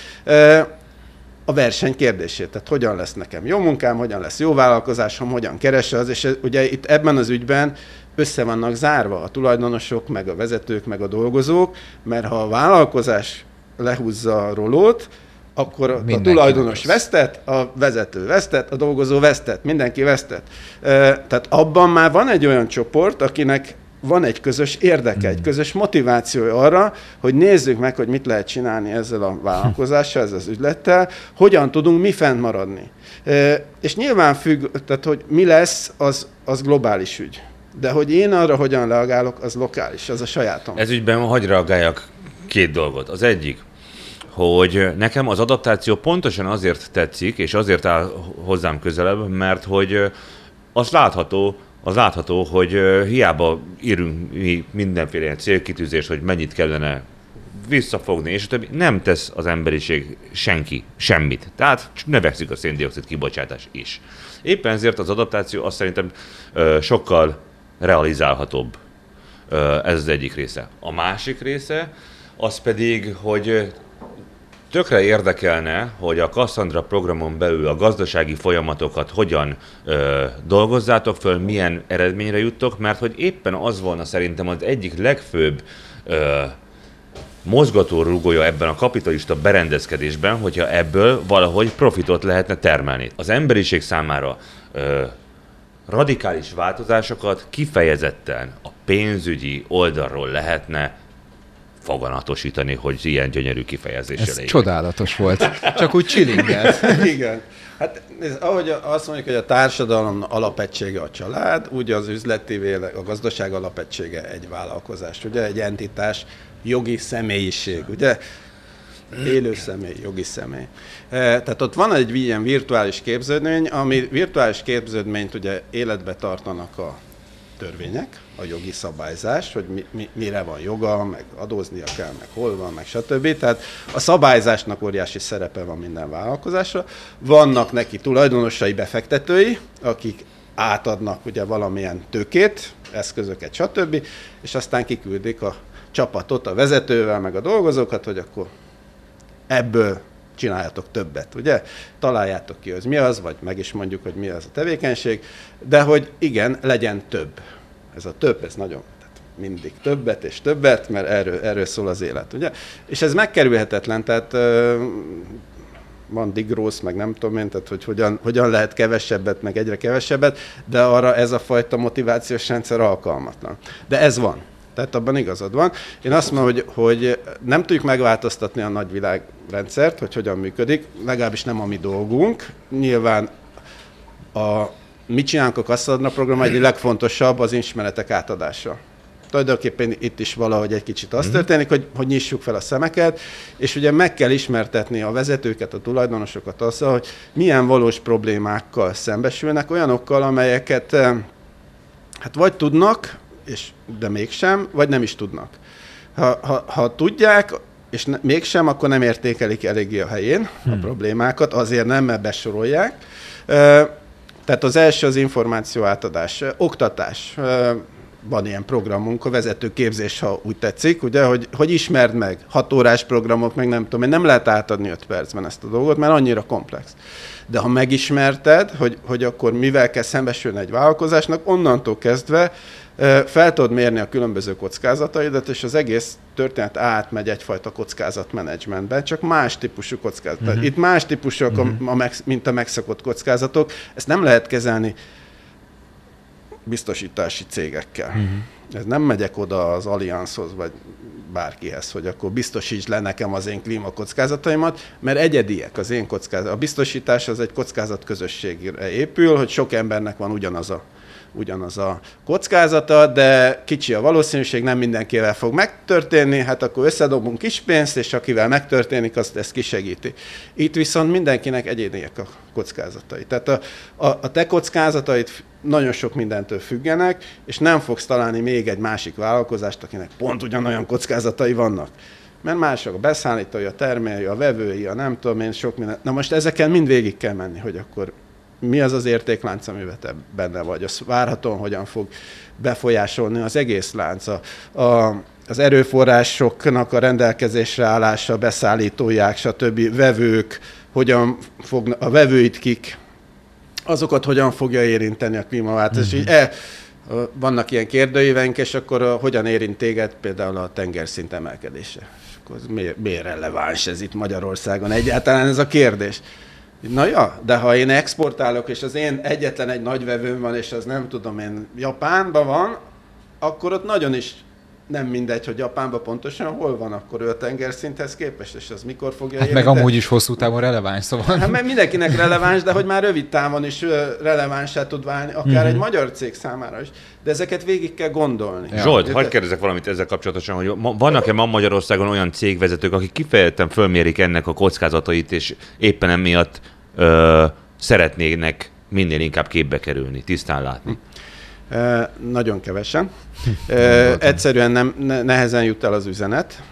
a verseny kérdését. Tehát hogyan lesz nekem jó munkám, hogyan lesz jó vállalkozásom, hogyan keres az, és ugye itt ebben az ügyben össze vannak zárva a tulajdonosok, meg a vezetők, meg a dolgozók, mert ha a vállalkozás lehúzza a rolót, akkor a tulajdonos vesztett, a vezető vesztett, a dolgozó vesztett, mindenki vesztett. Tehát abban már van egy olyan csoport, akinek van egy közös érdeke, egy közös motivációja arra, hogy nézzük meg, hogy mit lehet csinálni ezzel a vállalkozással, ezzel az üzlettel, hogyan tudunk mi fennmaradni. És nyilván függ, tehát hogy mi lesz, az globális ügy. De hogy én arra hogyan reagálok, az lokális, az a sajátom. Ez ügyben hadd reagáljak két dolgot. Az egyik, hogy nekem az adaptáció pontosan azért tetszik, és azért áll hozzám közelebb, mert hogy az látható, hogy hiába írunk mi mindenféle ilyen célkitűzést, hogy mennyit kellene visszafogni, és többi, nem tesz az emberiség semmit. Tehát növekszik a széndioxid kibocsátás is. Éppen ezért az adaptáció azt szerintem sokkal realizálhatóbb. Ez az egyik része. A másik része az pedig, hogy tökre érdekelne, hogy a Cassandra programon belül a gazdasági folyamatokat hogyan dolgozzátok föl, milyen eredményre juttok, mert hogy éppen az volna szerintem az egyik legfőbb mozgatórugója ebben a kapitalista berendezkedésben, hogyha ebből valahogy profitot lehetne termelni. Az emberiség számára radikális változásokat kifejezetten a pénzügyi oldalról lehetne foganatosítani, hogy ilyen gyönyörű kifejezéssel Ez csodálatos volt. Csak úgy chillingelt. Igen. Hát ahogy azt mondjuk, hogy a társadalom alapegysége a család, úgy az üzleti a gazdaság alapegysége egy vállalkozás, ugye egy entitás, jogi személyiség, ugye? Élő személy, jogi személy. Tehát ott van egy ilyen virtuális képződmény, ami virtuális képződményt ugye életbe tartanak a törvények, a jogi szabályzás, hogy mire van joga, meg adóznia kell, meg hol van, meg stb. Tehát a szabályzásnak óriási szerepe van minden vállalkozásra. Vannak neki tulajdonosai, befektetői, akik átadnak ugye valamilyen tőkét, eszközöket, stb. És aztán kiküldik a csapatot a vezetővel, meg a dolgozókat, hogy akkor ebből csináljatok többet, ugye? Találjátok ki, hogy mi az, vagy meg is mondjuk, hogy mi az a tevékenység, de hogy igen, legyen több. Ez a több, ez nagyon, tehát mindig többet és többet, mert erről szól az élet, ugye? És ez megkerülhetetlen, tehát van digrósz, meg nem tudom én, tehát hogy hogyan lehet kevesebbet, meg egyre kevesebbet, de arra ez a fajta motivációs rendszer alkalmatlan. De ez van. Tehát abban igazad van. Én azt mondom, hogy nem tudjuk megváltoztatni a nagyvilágrendszert, hogy hogyan működik, legalábbis nem a mi dolgunk. Nyilván mit csinálunk a Cassandra program, egy legfontosabb az ismeretek átadása. Tulajdonképpen itt is valahogy egy kicsit az történik, hogy nyissuk fel a szemeket, és ugye meg kell ismertetni a vezetőket, a tulajdonosokat azzal, hogy milyen valós problémákkal szembesülnek, olyanokkal, amelyeket hát vagy tudnak, de mégsem, vagy nem is tudnak. Ha tudják, és mégsem, akkor nem értékelik eléggé a helyén a problémákat, azért nem, mert besorolják. Tehát az első az információ átadás, oktatás. Van ilyen programunk, a vezetőképzés, ha úgy tetszik, ugye, hogy ismerd meg, 6 órás programok, meg nem tudom, nem lehet átadni 5 percben ezt a dolgot, mert annyira komplex. De ha megismerted, hogy akkor mivel kell szembesülni egy vállalkozásnak, onnantól kezdve fel tudod mérni a különböző kockázataidat, és az egész történet átmegy egyfajta kockázatmenedzsmentbe, csak más típusú kockázatok. Itt más típusúak, mint a megszokott kockázatok. Ezt nem lehet kezelni biztosítási cégekkel. Ez nem megyek oda az Allianzhoz, vagy bárkihez, hogy akkor biztosíts le nekem az én klímakockázataimat, mert egyediek az én kockázat. A biztosítás az egy kockázatközösségre épül, hogy sok embernek van ugyanaz a kockázata, de kicsi a valószínűség, nem mindenkivel fog megtörténni, hát akkor összedobunk kis pénzt, és akivel megtörténik, azt ezt kisegíti. Itt viszont mindenkinek egyéniek a kockázatai. Tehát a te kockázataid nagyon sok mindentől függenek, és nem fogsz találni még egy másik vállalkozást, akinek pont ugyanolyan kockázatai vannak. Mert mások a beszállítói, a termelői, a vevői, a nem tudom én, sok minden. Na most ezeken mind végig kell menni, hogy akkor mi az az értéklánc, amiben te benne vagy. Az várhatóan hogyan fog befolyásolni az egész lánc. Az erőforrásoknak a rendelkezésre állása, beszállítóják, stb. Vevők, hogyan fognak, a vevőit kik, azokat hogyan fogja érinteni a klímaváltozás. Vannak ilyen kérdőívenk, és akkor hogyan érint téged például a tengerszint emelkedése? És akkor miért releváns ez itt Magyarországon egyáltalán ez a kérdés? Na ja, de ha én exportálok, és az én egyetlen egy nagy vevőm van, és az nem tudom én Japánban van, akkor ott nagyon is nem mindegy, hogy Japánban pontosan hol van akkor ő a tengerszinthez képest, és az mikor fogja érinteni. Meg amúgy is hosszú távon releváns, szóval. Hát mert mindenkinek releváns, de hogy már rövid távon is relevánsá tud válni, akár egy magyar cég számára is. De ezeket végig kell gondolni. Ja. Zsolt, hadd kérdezek valamit ezzel kapcsolatosan, hogy vannak-e ma Magyarországon olyan cégvezetők, akik kifejezetten fölmérik ennek a kockázatait, és éppen emiatt szeretnének minél inkább képbe kerülni, tisztán látni? Nagyon kevesen. Egyszerűen nehezen jut el az üzenet.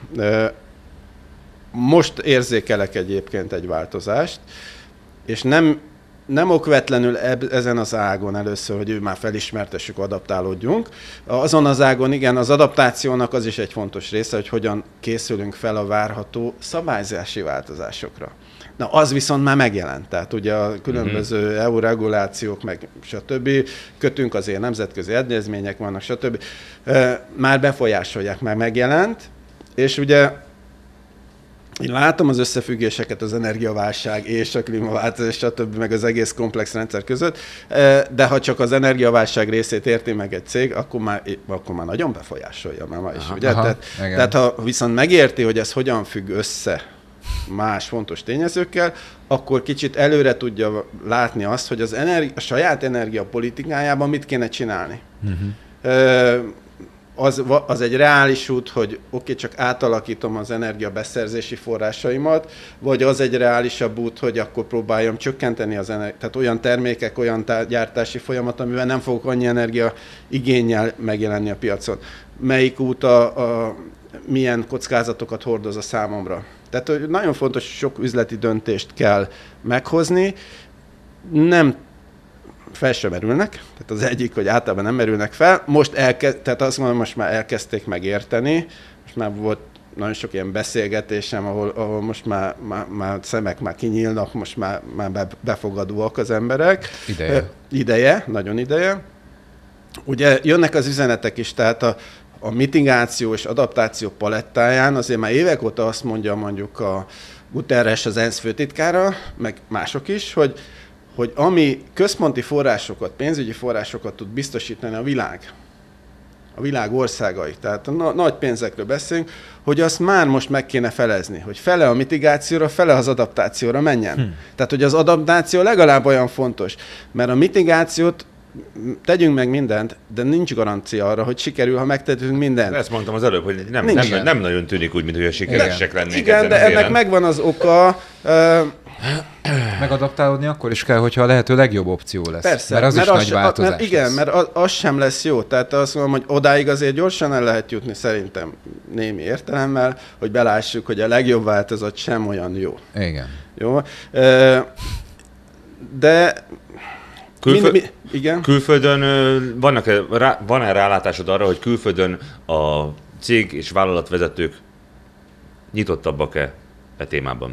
Most érzékelek egyébként egy változást, és nem okvetlenül ezen az ágon először, hogy ő már felismertessük, adaptálódjunk. Azon az ágon, igen, az adaptációnak az is egy fontos része, hogy hogyan készülünk fel a várható szabályzási változásokra. Na, az viszont már megjelent. Tehát ugye a különböző EU regulációk, meg stb. Kötünk azért nemzetközi egyezmények vannak, stb. Már befolyásolják, már megjelent, és ugye én látom az összefüggéseket az energiaválság és a klímaváltozás, stb. Meg az egész komplex rendszer között, de ha csak az energiaválság részét érti meg egy cég, akkor már nagyon befolyásolja már ma is. Ugye? Tehát ha viszont megérti, hogy ez hogyan függ össze más fontos tényezőkkel, akkor kicsit előre tudja látni azt, hogy a saját energiapolitikájában mit kéne csinálni. Az egy reális út, hogy oké, csak átalakítom az energiabeszerzési forrásaimat, vagy az egy reálisabb út, hogy akkor próbáljam csökkenteni tehát olyan termékek, olyan gyártási folyamat, amivel nem fogok annyi energia igénnyel megjelenni a piacon. Melyik út milyen kockázatokat hordoz a számomra. Tehát nagyon fontos, sok üzleti döntést kell meghozni, nem fel sem merülnek, tehát az egyik, hogy általában nem merülnek fel, tehát azt mondom, most már elkezdték megérteni, most már volt nagyon sok ilyen beszélgetésem, ahol most már szemek már kinyílnak, most már befogadóak az emberek. Nagyon ideje. Ugye jönnek az üzenetek is, tehát a mitigáció és adaptáció palettáján azért már évek óta azt mondja mondjuk Guterres az ENSZ főtitkára, meg mások is, hogy ami központi forrásokat, pénzügyi forrásokat tud biztosítani a világ országai, tehát a nagy pénzekről beszélünk, hogy azt már most meg kéne felezni, hogy fele a mitigációra, fele az adaptációra menjen. Tehát, hogy az adaptáció legalább olyan fontos, mert a mitigációt tegyünk meg mindent, de nincs garancia arra, hogy sikerül, ha megtettünk mindent. Ezt mondtam az előbb, hogy nem nagyon tűnik úgy, mintha sikeresek lennénk. Igen, de ennek megvan az oka. Megadaptálódni akkor is kell, hogyha a lehető legjobb opció lesz. Persze, mert az is nagy változás igen, mert az sem lesz jó. Tehát azt mondom, hogy odáig azért gyorsan el lehet jutni szerintem némi értelemmel, hogy belássuk, hogy a legjobb változat sem olyan jó. Igen. Jó? De... igen? Külföldön van-e rálátásod arra, hogy külföldön a cég és vállalatvezetők nyitottabbak-e e témában?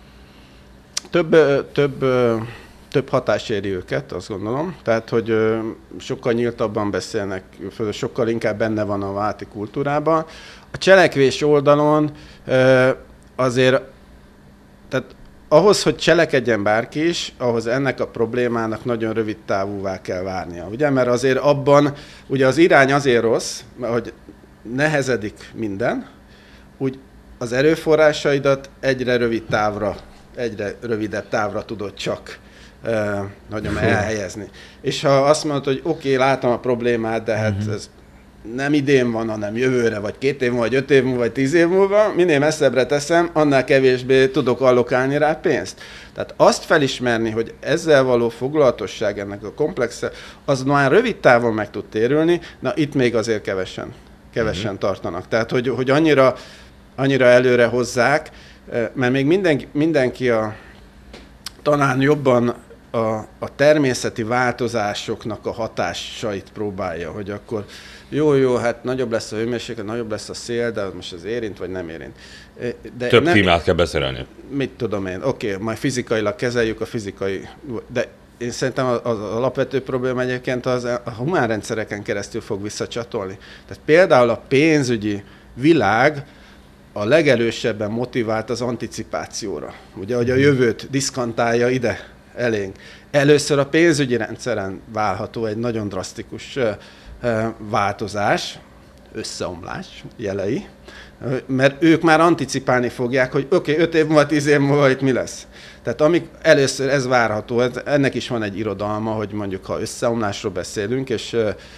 Több hatás éri őket, azt gondolom. Tehát, hogy sokkal nyíltabban beszélnek, sokkal inkább benne van a válti kultúrában. A cselekvés oldalon azért, tehát ahhoz, hogy cselekedjen bárki is, ahhoz ennek a problémának nagyon rövid távúvá kell várnia. Ugye? Mert azért abban, ugye az irány azért rossz, hogy nehezedik minden, úgy az erőforrásaidat egyre rövidebb távra tudod csak elhelyezni. És ha azt mondod, hogy oké, látom a problémát, de hát ez nem idén van, hanem jövőre, vagy 2 év múlva, vagy 5 év múlva, vagy 10 év múlva, minél messzebbre teszem, annál kevésbé tudok allokálni rá pénzt. Tehát azt felismerni, hogy ezzel való foglalatosság, ennek a komplex, az már rövid távon meg tud térülni, na itt még azért kevesen tartanak. Tehát, hogy annyira előre hozzák, mert még mindenki talán jobban a természeti változásoknak a hatásait próbálja, hogy akkor jó, hát nagyobb lesz a hőmérséklet, nagyobb lesz a szél, de most az érint, vagy nem érint. De több klímát kell beszerelni. Mit tudom én, oké, majd fizikailag kezeljük a fizikai, de én szerintem az alapvető probléma egyébként az a humán rendszereken keresztül fog visszacsatolni. Tehát például a pénzügyi világ a legerősebben motivált az anticipációra. Ugye, hogy a jövőt diszkantálja ide elénk. Először a pénzügyi rendszeren válható egy nagyon drasztikus változás, összeomlás jelei, mert ők már anticipálni fogják, hogy oké, 5 év múlva, 10 év múlva itt mi lesz. Tehát először ez várható, ennek is van egy irodalma, hogy mondjuk ha összeomlásról beszélünk, és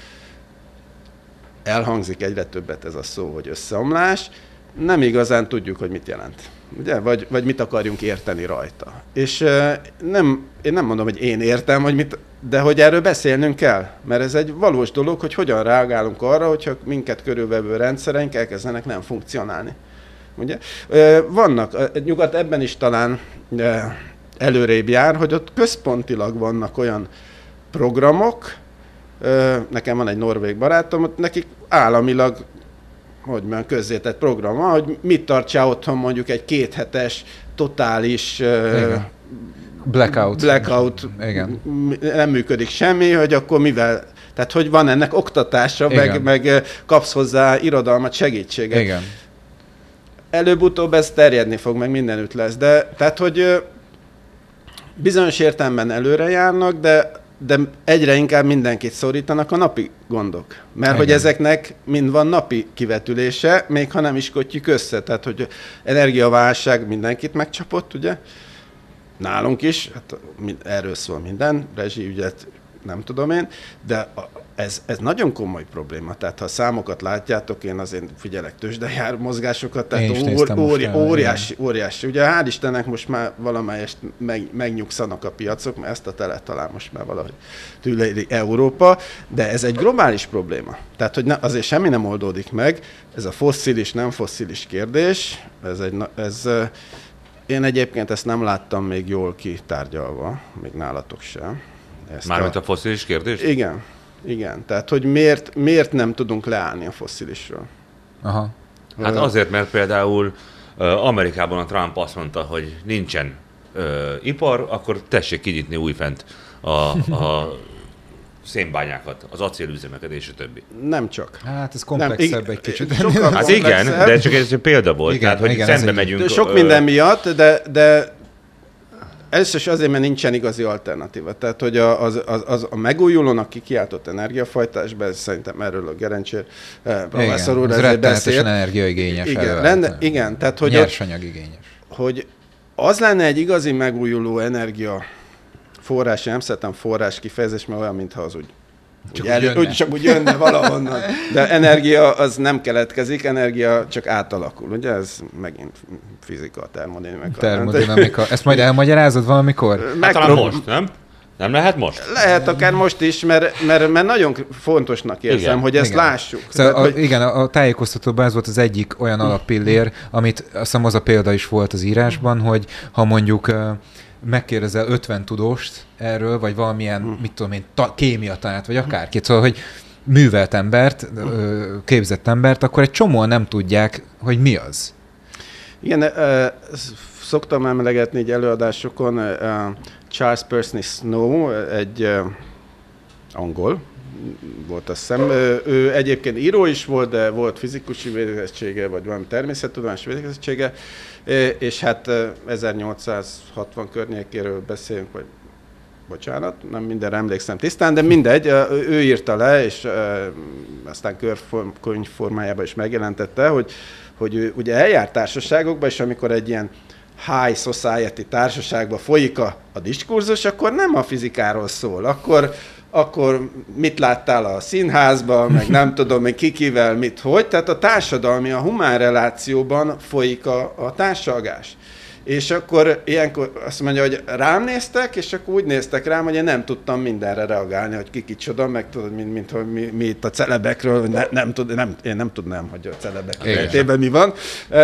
elhangzik egyre többet ez a szó, hogy összeomlás, nem igazán tudjuk, hogy mit jelent. Ugye? Vagy mit akarjunk érteni rajta. És én nem mondom, hogy én értem, de hogy erről beszélnünk kell. Mert ez egy valós dolog, hogy hogyan reagálunk arra, hogyha minket körülvevő rendszereink elkezdenek nem funkcionálni. Ugye? Vannak, nyugat ebben is talán előrébb jár, hogy ott központilag vannak olyan programok, nekem van egy norvég barátom, ott nekik államilag közzétett program van, hogy mit tartsál otthon mondjuk egy 2 hetes totális blackout. Igen. Nem működik semmi, hogy akkor mivel, tehát hogy van ennek oktatása, meg kapsz hozzá irodalmat, segítséget. Igen. Előbb-utóbb ez terjedni fog, meg mindenütt lesz, de tehát, hogy bizonyos értelemben előre járnak, de egyre inkább mindenkit szorítanak a napi gondok. Mert igen, hogy ezeknek mind van napi kivetülése, még ha nem is kötjük össze. Tehát, hogy energiaválság mindenkit megcsapott, ugye? Nálunk is, hát erről szól minden, rezsiügyet nem tudom én, de ez nagyon komoly probléma. Tehát, ha a számokat látjátok, én azért figyelek tőzsdejár mozgásokat, tehát óriási. Ugye hál' Istennek most már valamelyest megnyugszanak a piacok, mert ezt a telet talán most már valahogy túléli Európa, de ez egy globális probléma. Tehát, hogy azért semmi nem oldódik meg, ez a fosszilis, nem fosszilis kérdés, én egyébként ezt nem láttam még jól kitárgyalva, még nálatok sem. Mármint a fosszilis kérdés? Igen. Tehát, hogy miért nem tudunk leállni a fosszilisről? Aha. Hát azért, mert például Amerikában a Trump azt mondta, hogy nincsen ipar, akkor tessék kinyitni újfent a szénbányákat, az acélüzemeket és a többi. Nem csak. Hát ez komplexebb egy kicsit. Hát igen, de csak ez egy példa volt. Igen, tehát, hogy igen, szembe megyünk. Sok minden miatt, de először is azért, mert nincsen igazi alternatíva. Tehát, hogy a megújulónak kikiáltott energiafajtásban, szerintem erről a Gerencsér professzor úr ezért beszélt. Energiaigényes. Igen, tehát, hogy nyersanyagigényes. Hogy az lenne egy igazi megújuló energia forrás, nem szeretem forrás kifejezés, mert olyan, mintha az csak úgy jönne valahonnan. De energia az nem keletkezik, energia csak átalakul. Ugye ez megint fizika, termodinamika. Ezt majd elmagyarázod valamikor? Hát most, nem? Nem lehet most? Lehet akár most is, mert nagyon fontosnak érzem, hogy ezt lássuk. Szóval igen, a tájékoztatóban ez volt az egyik olyan alappillér, amit azt hiszem az a példa is volt az írásban, hogy ha mondjuk megkérdezel 50 tudóst erről, vagy valamilyen, mit tudom én, kémiatanát, vagy akárkit, szóval, hogy művelt embert, képzett embert, akkor egy csomóan nem tudják, hogy mi az. Igen, szoktam emlegetni egy előadásokon, Charles Percy Snow, egy angol volt, azt hiszem. Ő egyébként író is volt, de volt fizikusi végzettsége, vagy valami természettudományos végzettsége, és hát 1860 környékéről beszélünk, vagy bocsánat, nem mindenre emlékszem tisztán, de mindegy, ő írta le, és aztán könyv formájában is megjelentette, hogy ő ugye eljárt társaságokba, és amikor egy ilyen high society társaságban folyik a diskurzus, akkor nem a fizikáról szól, akkor mit láttál a színházban, meg nem tudom, meg kikivel, mit, hogy. Tehát a társadalmi, a humán relációban folyik a társalgás. És akkor ilyenkor azt mondja, hogy rám néztek, és akkor úgy néztek rám, hogy én nem tudtam mindenre reagálni, hogy ki kicsoda, meg tudod, mint hogy mi itt a celebekről, én nem tudnám, hogy a celebek életében mi van.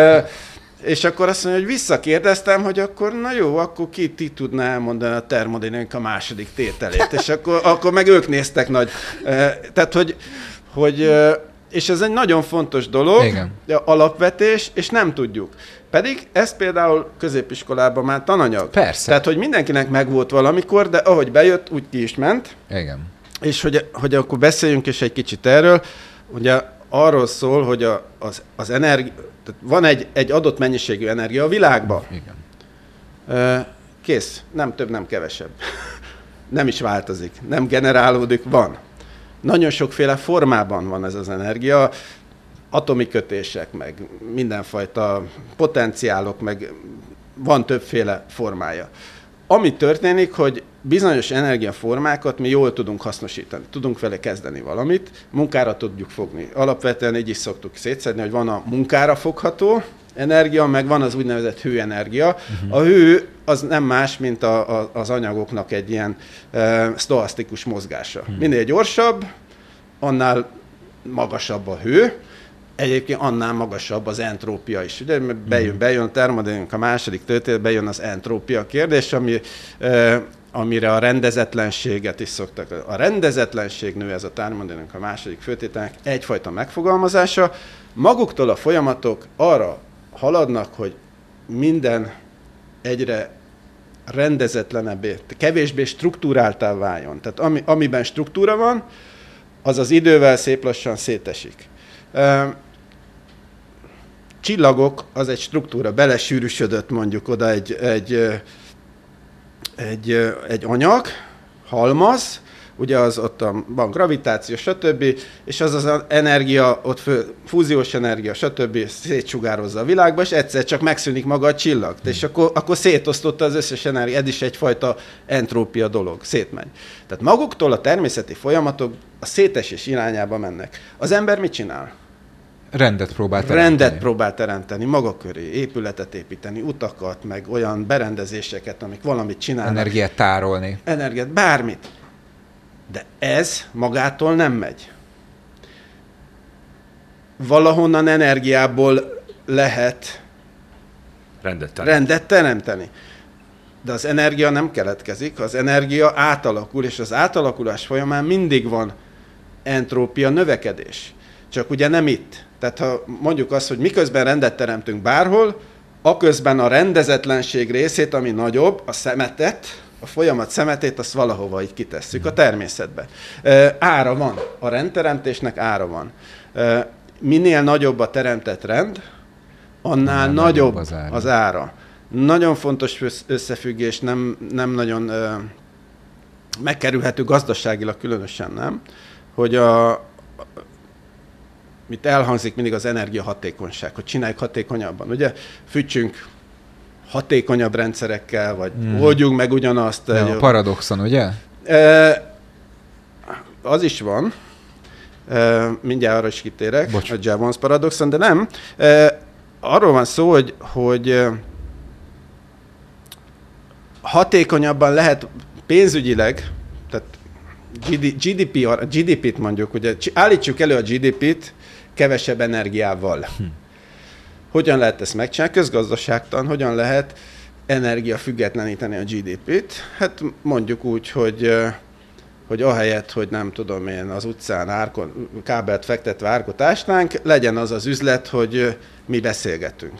És akkor azt mondja, hogy visszakérdeztem, hogy akkor na jó, akkor ki tudná elmondani a termodinamika második tételét. És akkor meg ők néztek nagy. Tehát, hogy és ez egy nagyon fontos dolog, igen. Alapvetés, és nem tudjuk. Pedig ez például középiskolában már tananyag. Persze. Tehát, hogy mindenkinek megvolt valamikor, de ahogy bejött, úgy ki is ment. Igen. És hogy akkor beszéljünk is egy kicsit erről. Ugye arról szól, hogy az energia, van egy adott mennyiségű energia a világban. Igen. Kész. Nem több, nem kevesebb. Nem is változik. Nem generálódik, van. Nagyon sokféle formában van ez az energia. Atomi kötések, meg mindenfajta potenciálok, meg van többféle formája. Ami történik, hogy bizonyos energiaformákat mi jól tudunk hasznosítani. Tudunk vele kezdeni valamit, munkára tudjuk fogni. Alapvetően így is szoktuk szétszedni, hogy van a munkára fogható energia, meg van az úgynevezett hőenergia. A hő az nem más, mint az anyagoknak egy ilyen sztoasztikus mozgása. Minél gyorsabb, annál magasabb a hő, egyébként annál magasabb az entrópia is. Ugye bejön a termodinamika második történet, bejön az entrópia kérdés, amire a rendezetlenséget is szoktak. A rendezetlenség nő, ez a termodinamika második főtételnek egyfajta megfogalmazása. Maguktól a folyamatok arra haladnak, hogy minden egyre rendezetlenebbé, kevésbé struktúráltá váljon. Tehát amiben struktúra van, az idővel szép lassan szétesik. Csillagok, az egy struktúra, belesűrűsödött mondjuk oda egy anyag, halmaz, ugye ott van gravitáció, stb., és az energia, ott fúziós energia, stb. Szétsugározza a világba, és egyszer csak megszűnik maga a csillag. És akkor szétosztotta az összes energia, ez is egyfajta entrópia dolog, szétmegy. Tehát maguktól a természeti folyamatok a szétesés irányába mennek. Az ember mit csinál? Rendet próbál teremteni, maga köré, épületet építeni, utakat, meg olyan berendezéseket, amik valamit csinálnak. Energiát tárolni. Bármit. De ez magától nem megy. Valahonnan energiából lehet rendet teremteni. De az energia nem keletkezik, az energia átalakul, és az átalakulás folyamán mindig van entrópia növekedés. Csak ugye nem itt. Tehát ha mondjuk azt, hogy miközben rendet teremtünk bárhol, aközben a rendezetlenség részét, ami nagyobb, a szemetet, a folyamat szemetét azt valahova így kitesszük a természetbe. Ára van. A rendteremtésnek ára van. Minél nagyobb a teremtett rend, annál nagyobb az ára. Nagyon fontos összefüggés, nem nagyon megkerülhető gazdaságilag különösen, nem? Hogy mit elhangzik mindig az energiahatékonyság, hogy csináljuk hatékonyabban. Ugye fűtsünk hatékonyabb rendszerekkel, vagy oldjunk meg ugyanazt. A paradoxon, ugye? Az is van. Mindjárt arra is kitérek, a Jevons paradoxon, de nem. Arról van szó, hogy hatékonyabban lehet pénzügyileg, tehát GDP-t mondjuk, ugye állítsuk elő a GDP-t kevesebb energiával. Hogyan lehet ezt megcsinálni? Közgazdaságtan, hogyan lehet energiafüggetleníteni a GDP-t? Hát mondjuk úgy, hogy ahelyett, hogy nem tudom én az utcán kábelt fektetve árkot ásnánk, legyen az az üzlet, hogy mi beszélgetünk.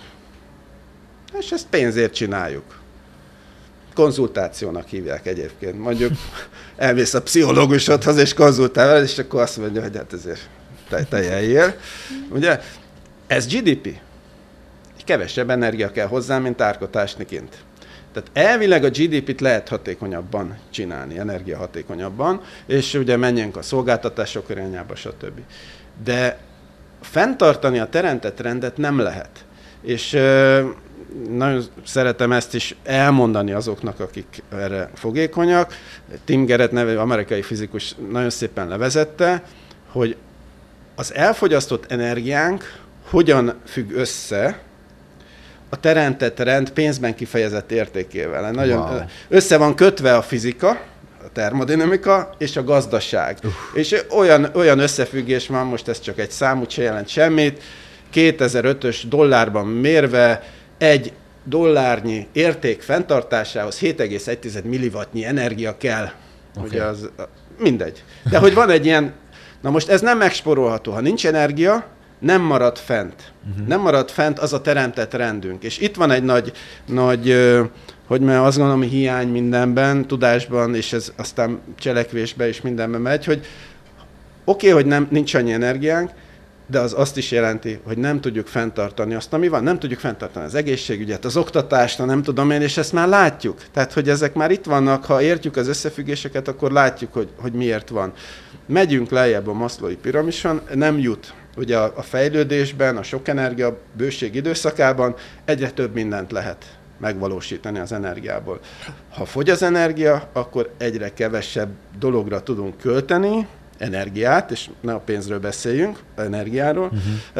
És ezt pénzért csináljuk. Konzultációnak hívják egyébként. Mondjuk elmész a pszichológusodhoz és konzultál, és akkor azt mondja, hogy hát ezért te jeljél. Ugye? Ez GDP. Kevesebb energia kell hozzá, mint árkot ásni kint. Tehát elvileg a GDP-t lehet hatékonyabban csinálni, energiahatékonyabban, és ugye menjünk a szolgáltatások irányába, stb. De fenntartani a teremtett rendet nem lehet. És nagyon szeretem ezt is elmondani azoknak, akik erre fogékonyak. Tim Garrett nevű amerikai fizikus nagyon szépen levezette, hogy az elfogyasztott energiánk hogyan függ össze a teremtett rend pénzben kifejezett értékével. Nagyon össze van kötve a fizika, a termodinamika és a gazdaság. És olyan összefüggés van, most ez csak egy szám, úgyse jelent semmit, 2005-ös dollárban mérve egy dollárnyi érték fenntartásához 7,1 milliwattnyi energia kell. Ugye az, mindegy. De hogy van egy ilyen, na most ez nem megspórolható. Ha nincs energia, nem marad fent. Nem marad fent az a teremtett rendünk. És itt van egy nagy hogy azt gondolom, hiány mindenben, tudásban, és ez aztán cselekvésben is mindenben megy, hogy oké, hogy nincs annyi energiánk, de az azt is jelenti, hogy nem tudjuk fenntartani azt, ami van. Nem tudjuk fenntartani az egészségügyet, az oktatást, nem tudom én, és ezt már látjuk. Tehát, hogy ezek már itt vannak, ha értjük az összefüggéseket, akkor látjuk, hogy miért van. Megyünk lejjebb a Maslow'i piramison, nem jut. Ugye a fejlődésben, a sok energia bőség időszakában egyre több mindent lehet megvalósítani az energiából. Ha fogy az energia, akkor egyre kevesebb dologra tudunk költeni, energiát, és ne a pénzről beszéljünk, energiáról,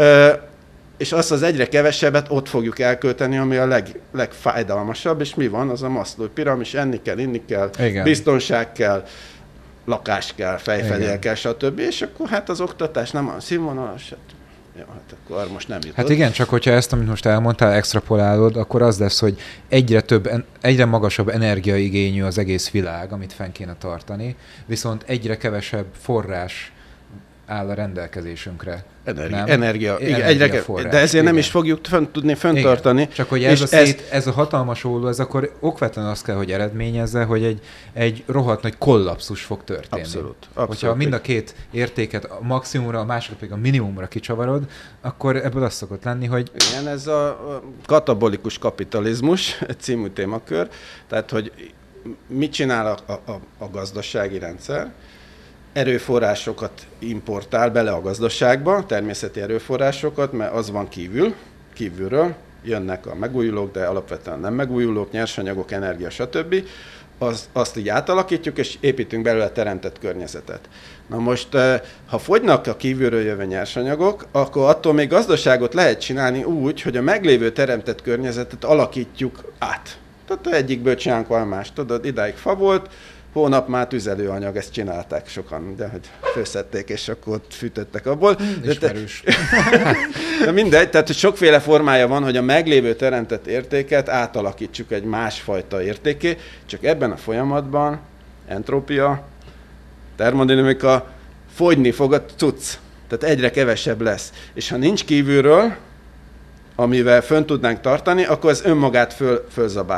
és azt az egyre kevesebbet ott fogjuk elkölteni, ami a legfájdalmasabb, és mi van? Az a Maslow piramis, enni kell, inni kell, igen. Biztonság kell, lakás kell, fejfedél kell, stb. És akkor hát az oktatás nem a színvonalas, ja, hát akkor most nem jutott. Hát igen, csak hogyha ezt, amit most elmondtál, extrapolálod, akkor az lesz, hogy egyre magasabb energiaigényű az egész világ, amit fenn kéne tartani, viszont egyre kevesebb forrás áll a rendelkezésünkre. Energia. Igen, de ezért nem is fogjuk tudni fenntartani. Csak hogy ez a hatalmas olló, ez akkor okvetlenül azt kell, hogy eredményezze, hogy egy rohadt nagy kollapszus fog történni. Abszolút. Hogyha mind a két értéket a maximumra, a másikat pedig a minimumra kicsavarod, akkor ebből az szokott lenni, hogy... Igen, ez a katabolikus kapitalizmus című témakör. Tehát, hogy mit csinál a gazdasági rendszer? Erőforrásokat importál bele a gazdaságba, természeti erőforrásokat, mert az van kívülről, jönnek a megújulók, de alapvetően nem megújulók, nyersanyagok, energia, stb. Azt így átalakítjuk, és építünk belőle teremtett környezetet. Na most, ha fogynak a kívülről jövő nyersanyagok, akkor attól még gazdaságot lehet csinálni úgy, hogy a meglévő teremtett környezetet alakítjuk át. Tehát egyikből csinálunk valami más. Tudod, idáig fa volt, hónap már tüzelőanyag, ezt csinálták sokan, de hogy főszedték, és akkor ott fűtöttek abból. Ismerős. De mindegy, tehát hogy sokféle formája van, hogy a meglévő teremtett értéket átalakítsuk egy másfajta értéké, csak ebben a folyamatban entrópia, termodinamika, fogyni fog a cucc, tehát egyre kevesebb lesz. És ha nincs kívülről, amivel fönn tudnánk tartani, akkor ez önmagát fölzabálja.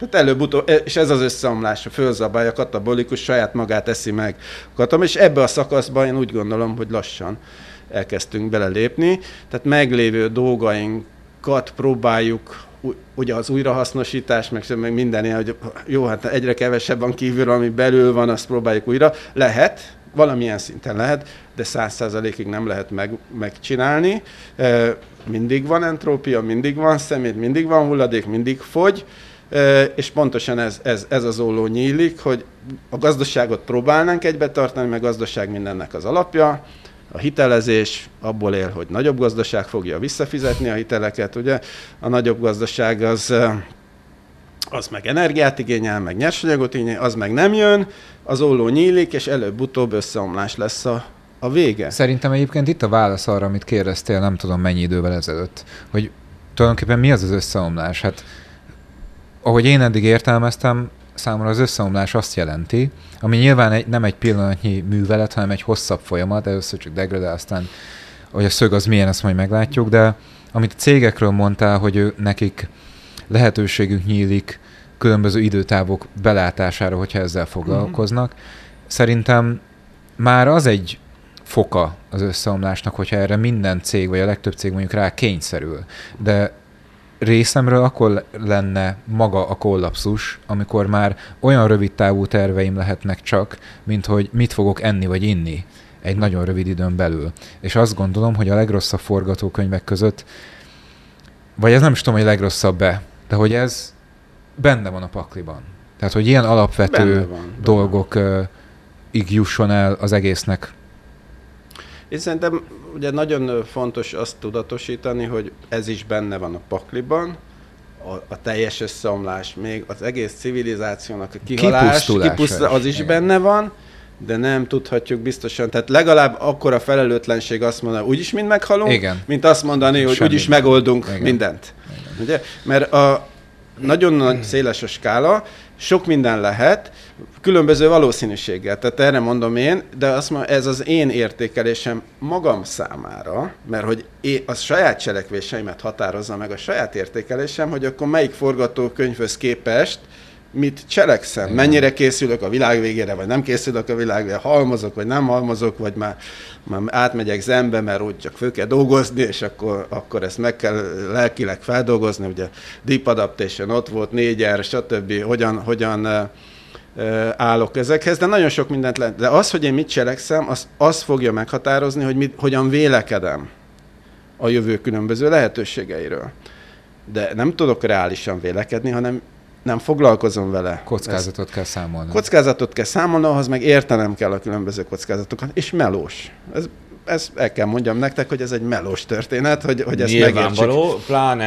Tehát előbb-utóbb, és ez az összeomlás, a fölzabálja, a katabolikus saját magát eszi meg. És ebbe a szakaszban én úgy gondolom, hogy lassan elkezdtünk belelépni. Tehát meglévő dolgainkat próbáljuk, ugye az újrahasznosítás, meg minden ilyen, hogy jó, hát egyre kevesebb van kívül, ami belül van, azt próbáljuk újra. Lehet, valamilyen szinten lehet, de 100%-ig nem lehet megcsinálni. Mindig van entrópia, mindig van szemét, mindig van hulladék, mindig fogy, és pontosan ez az olló nyílik, hogy a gazdaságot próbálnánk egybe tartani, mert a gazdaság mindennek az alapja. A hitelezés abból él, hogy nagyobb gazdaság fogja visszafizetni a hiteleket, ugye? A nagyobb gazdaság az meg energiát igényel, meg nyersanyagot igényel, az meg nem jön, az olló nyílik, és előbb-utóbb összeomlás lesz a vége. Szerintem egyébként itt a válasz arra, amit kérdeztél, nem tudom mennyi idővel ezelőtt, hogy tulajdonképpen mi az összeomlás? Hát, ahogy én eddig értelmeztem, számomra az összeomlás azt jelenti, ami nyilván nem egy pillanatnyi művelet, hanem egy hosszabb folyamat, először csak degradál, aztán, hogy a szög az milyen, ezt majd meglátjuk, de amit a cégekről mondtál, hogy nekik lehetőségük nyílik különböző időtávok belátására, hogyha ezzel foglalkoznak. Szerintem már az egy foka az összeomlásnak, hogyha erre minden cég, vagy a legtöbb cég mondjuk rá kényszerül. De részemről akkor lenne maga a kollapszus, amikor már olyan rövid távú terveim lehetnek csak, mint hogy mit fogok enni vagy inni egy nagyon rövid időn belül. És azt gondolom, hogy a legrosszabb forgatókönyvek között, vagy ez nem is tudom, hogy legrosszabb-e, de hogy ez benne van a pakliban. Tehát, hogy ilyen alapvető dolgokig jusson el az egésznek. Én szerintem ugye nagyon fontos azt tudatosítani, hogy ez is benne van a pakliban, a teljes összeomlás, még az egész civilizációnak a kihalás, az is benne van, de nem tudhatjuk biztosan. Tehát legalább akkora felelőtlenség azt mondani, úgyis mind meghalunk, mint azt mondani, hogy úgyis megoldunk mindent. Ugye? Mert a nagyon nagy széles a skála, sok minden lehet, különböző valószínűséggel. Tehát erre mondom én, de azt mondom, ez az én értékelésem magam számára, mert hogy a saját cselekvéseimet határozza meg a saját értékelésem, hogy akkor melyik forgatókönyvhöz képest mit cselekszem, mennyire készülök a világ végére, vagy nem készülök a világ végére, halmozok, vagy nem halmozok, vagy már átmegyek zenbe, mert úgy csak föl kell dolgozni, és akkor ezt meg kell lelkileg feldolgozni, ugye Deep Adaptation ott volt, 4R, stb., hogyan állok ezekhez, de nagyon sok mindent lehet. De az, hogy én mit cselekszem, az fogja meghatározni, hogy hogyan vélekedem a jövő különböző lehetőségeiről. De nem tudok reálisan vélekedni, hanem nem foglalkozom vele. Kockázatot kell számolni. Kockázatot kell számolni, ahhoz meg értenem kell a különböző kockázatokat, és melós. Ez el kell mondjam nektek, hogy ez egy melós történet, hogy ezt megértsük. Nyilvánvaló, pláne,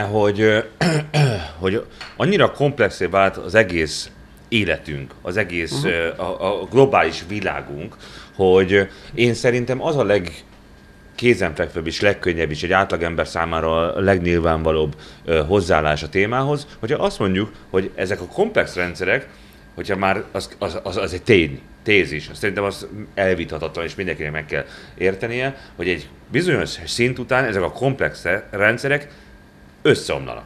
hogy annyira komplexé vált az egész életünk, az egész a globális világunk, hogy én szerintem az a legkézenfekvőbb és legkönnyebb is egy átlagember számára a legnyilvánvalóbb hozzáállás a témához, hogyha azt mondjuk, hogy ezek a komplex rendszerek, hogyha már az egy tézis, szerintem az elvitathatatlan, és mindenkinek meg kell értenie, hogy egy bizonyos szint után ezek a komplex rendszerek összeomlanak.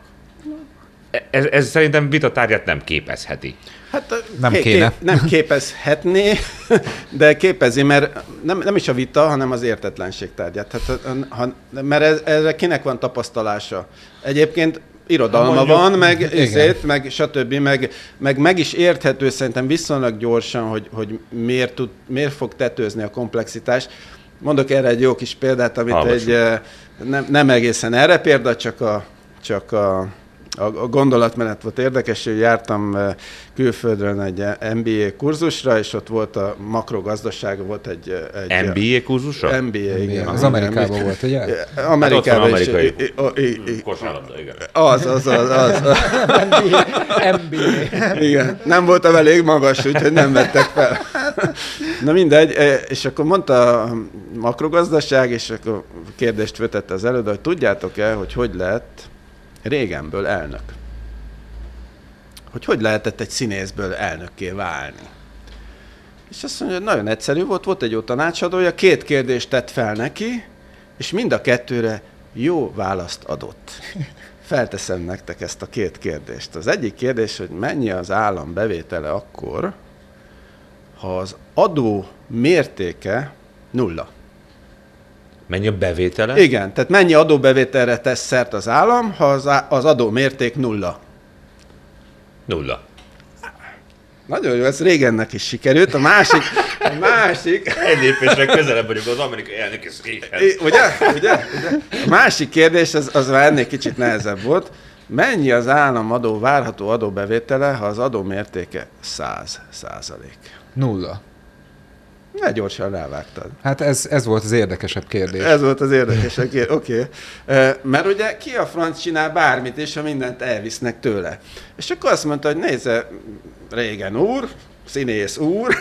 Ez szerintem vitatárgyát nem képezheti. Hát kéne. Nem képezhetné, de képezi, mert nem is a vita, hanem az értetlenség tárgyát. Mert erre kinek van tapasztalása? Egyébként irodalma van, meg stb. Meg is érthető szerintem viszonylag gyorsan, hogy miért fog tetőzni a komplexitás. Mondok erre egy jó kis példát, amit nem egészen erre példa, csak a gondolatmenet volt érdekes, hogy jártam külföldön egy MBA kurzusra, és ott volt a makrogazdaság, volt egy MBA kurzusra? MBA, igen. Az Amerikában volt, ugye? Amerikában is. Kosárlabda, igen. Az. MBA. Igen. Nem voltam elég magas, úgyhogy nem vettek fel. Na mindegy, és akkor mondta a makrogazdaság, és akkor kérdést vetette az előadó, hogy tudjátok-e, hogy lett régenből elnök. Hogy lehetett egy színészből elnökké válni. És azt mondja, hogy nagyon egyszerű volt egy jó tanácsadója, 2 kérdést tett fel neki, és mind a 2-re jó választ adott. felteszem nektek ezt a két kérdést. Az egyik kérdés, hogy mennyi az állam bevétele akkor, ha az adó mértéke 0. Mennyi a bevétele? Igen, tehát mennyi adóbevételre tesz szert az állam, ha az adó mérték 0. 0. Nagyon jó, ez régennek is sikerült. A másik... Egy lépésre közelebb vagyunk az amerikai elnöki székhez. Ugye? A másik kérdés, az már ennél kicsit nehezebb volt. Mennyi az állam várható adóbevétele, ha az adó mértéke 100%? 0. Ne gyorsan rávágtad. Hát ez volt az érdekesebb kérdés. Ez volt az érdekesebb kérdés, oké. Mert ugye ki a franc csinál bármit, és ha mindent elvisznek tőle. És akkor azt mondta, hogy nézze, Régen úr, színész úr,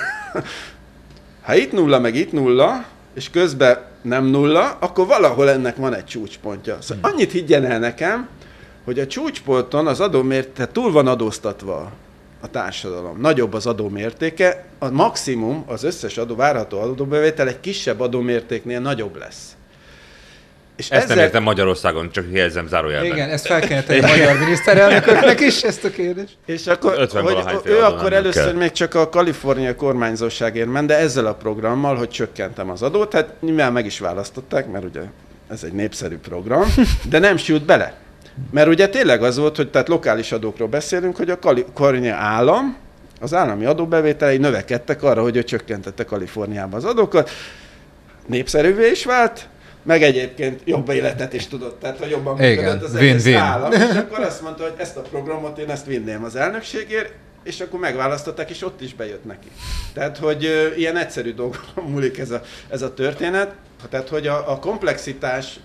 ha itt 0, meg itt 0, és közben nem 0, akkor valahol ennek van egy csúcspontja. Szóval annyit higgyen el nekem, hogy a csúcsponton az adómértéke túl van adóztatva a társadalom. Nagyobb az adómértéke, a maximum, az összes várható adóbevétel egy kisebb adómértéknél nagyobb lesz. És ezt nem értem Magyarországon, csak jelzem zárójelben. Igen, ezt fel kellene tenni a magyar miniszterelnököknek is, ezt a kérdést. És akkor, ő akkor először kell. Még csak a kaliforniai kormányzóságért ment, de ezzel a programmal, hogy csökkentem az adót, hát nyilván meg is választották, mert ugye ez egy népszerű program, de nem sült bele. Mert ugye tényleg az volt, hogy tehát lokális adókról beszélünk, hogy a Kalifornia állam, az állami adóbevételei növekedtek arra, hogy ő csökkentette Kaliforniában az adókat, népszerűvé is vált, meg egyébként jobb életet is tudott, tehát hogy jobban működött az egész állam. És akkor azt mondta, hogy ezt a programot én ezt vinném az elnökségért, és akkor megválasztották, és ott is bejött neki. Tehát, hogy ilyen egyszerű dolgokon múlik ez a történet. Tehát, hogy a komplexitás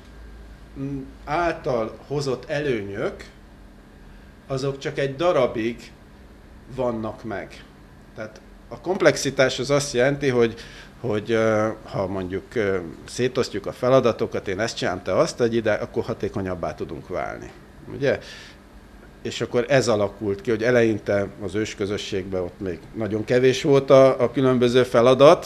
által hozott előnyök, azok csak egy darabig vannak meg. Tehát a komplexitás az azt jelenti, hogy ha mondjuk szétosztjuk a feladatokat, én ezt csinálom, te azt egy ide, akkor hatékonyabbá tudunk válni. Ugye? És akkor ez alakult ki, hogy eleinte az ősközösségben ott még nagyon kevés volt a különböző feladat,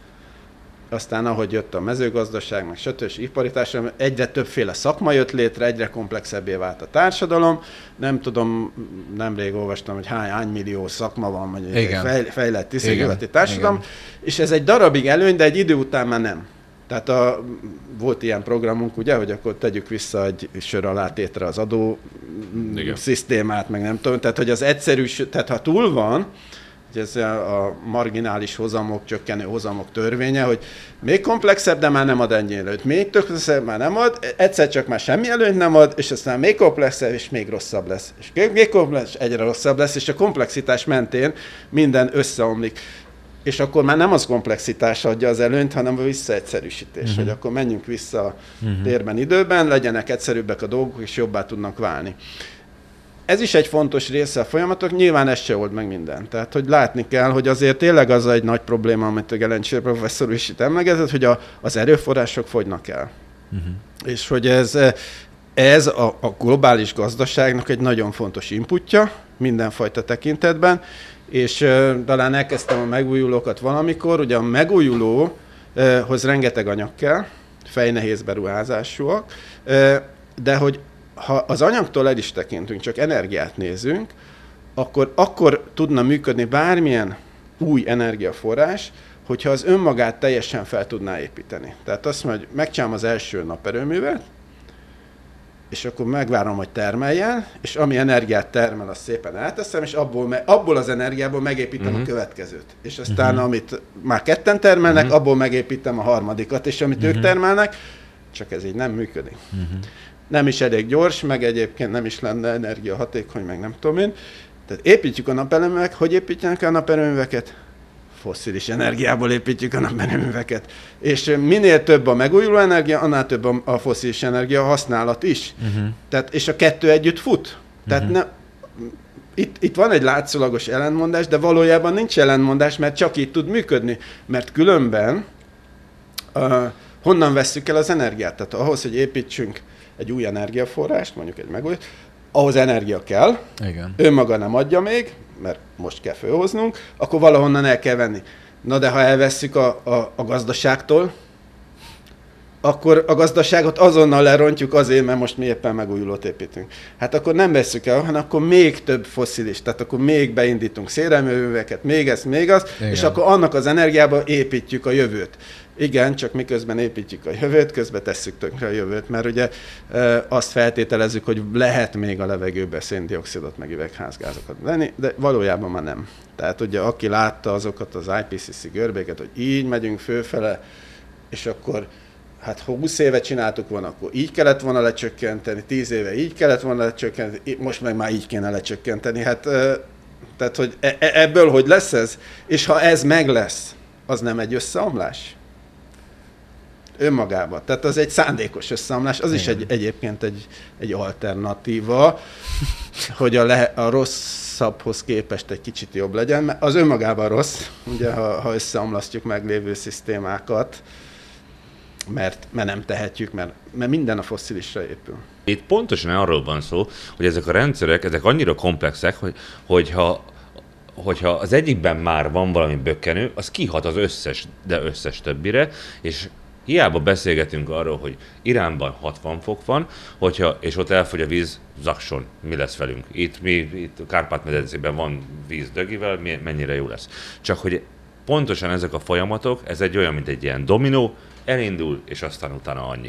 aztán ahogy jött a mezőgazdaság, meg stb. Ipari társadalom, egyre többféle szakma jött létre, egyre komplexebbé vált a társadalom. Nem tudom, nemrég olvastam, hogy hány millió szakma van, vagy egy fejlett tisztségületi társadalom, igen. És ez egy darabig előny, de egy idő után már nem. Tehát volt ilyen programunk, ugye, hogy akkor tegyük vissza egy sör alá tétre az adó szisztémát, meg nem tudom, tehát hogy az egyszerűs, tehát ha túl van, ez a marginális hozamok, csökkenő hozamok törvénye, hogy még komplexebb, de már nem ad ennyi előnyt. Még komplexebb, már nem ad, egyszer csak már semmi előnyt nem ad, és aztán még komplexebb, és még rosszabb lesz. És még komplexebb, egyre rosszabb lesz, és a komplexitás mentén minden összeomlik. És akkor már nem az komplexitás adja az előnyt, hanem a visszaegyszerűsítés, hogy akkor menjünk vissza a térben, időben, legyenek egyszerűbbek a dolgok, és jobbá tudnak válni. Ez is egy fontos része a folyamatok, nyilván ez se old meg mindent. Tehát, hogy látni kell, hogy azért tényleg az egy nagy probléma, amit a Gelencsér professzor is itt emlegetett, hogy az erőforrások fogynak el. És hogy ez a globális gazdaságnak egy nagyon fontos inputja mindenfajta tekintetben, és talán elkezdtem a megújulókat valamikor, ugye a megújulóhoz rengeteg anyag kell, fejnehéz beruházásúak, de hogy ha az anyagtól el is tekintünk, csak energiát nézünk, akkor tudna működni bármilyen új energiaforrás, hogyha az önmagát teljesen fel tudná építeni. Tehát azt mondja, hogy megcsinálom az első naperőművet, és akkor megvárom, hogy termeljen, és ami energiát termel, azt szépen elteszem, és abból az energiából megépítem a következőt. És aztán, amit már ketten termelnek, abból megépítem a harmadikat, és amit ők termelnek, csak ez így nem működik. Nem is elég gyors, meg egyébként nem is lenne energiahatékony, meg nem tudom én. Tehát építjük a naperőművek, hogy építjenek a naperőműveket? Fosszilis energiából építjük a naperőműveket. És minél több a megújuló energia, annál több a fosszilis energia használat is. Tehát, és a kettő együtt fut. Tehát itt van egy látszólagos ellentmondás, de valójában nincs ellentmondás, mert csak így tud működni. Mert különben honnan vesszük el az energiát? Tehát ahhoz, hogy építsünk egy új energiaforrást, mondjuk egy megújuló, ahhoz energia kell, igen. Önmaga nem adja még, mert most kell fölhoznunk, akkor valahonnan el kell venni. Na de ha elvesszük a gazdaságtól, akkor a gazdaságot azonnal lerontjuk azért, mert most mi éppen megújulót építünk. Hát akkor nem vesszük el, hanem akkor még több fosszilis, tehát akkor még beindítunk szélerőműveket, még ezt, még azt, igen. És akkor annak az energiába építjük a jövőt. Igen, csak miközben építjük a jövőt, közben tesszük tönkre a jövőt, mert ugye azt feltételezzük, hogy lehet még a levegőbe széndioxidot, meg üvegházgázokat lenni, de valójában már nem. Tehát ugye aki látta azokat az IPCC görbéket, hogy így megyünk fölfele, és akkor hát ha 20 éve csináltuk volna, akkor így kellett volna lecsökkenteni, 10 éve így kellett volna lecsökkenteni, most meg már így kéne lecsökkenteni. Hát, tehát, hogy ebből hogy lesz ez? És ha ez meg lesz, az nem egy összeomlás? Önmagában. Tehát az egy szándékos összeomlás, az is egyébként egy alternatíva, hogy a rosszabbhoz képest egy kicsit jobb legyen, mert az önmagában rossz, ugye, ha összeomlasztjuk meglévő szisztémákat, mert nem tehetjük, mert minden a fosszilisra épül. Itt pontosan arról van szó, hogy ezek a rendszerek, ezek annyira komplexek, hogyha az egyikben már van valami bökkenő, az kihat az összes többire, és hiába beszélgetünk arról, hogy Iránban 60 fok van, és ott elfogy a víz Zakson, mi lesz velünk? Itt Kárpát-medencében van víz dögivel, mennyire jó lesz. Csak hogy pontosan ezek a folyamatok, ez egy olyan, mint egy ilyen dominó, elindul, és aztán utána annyi.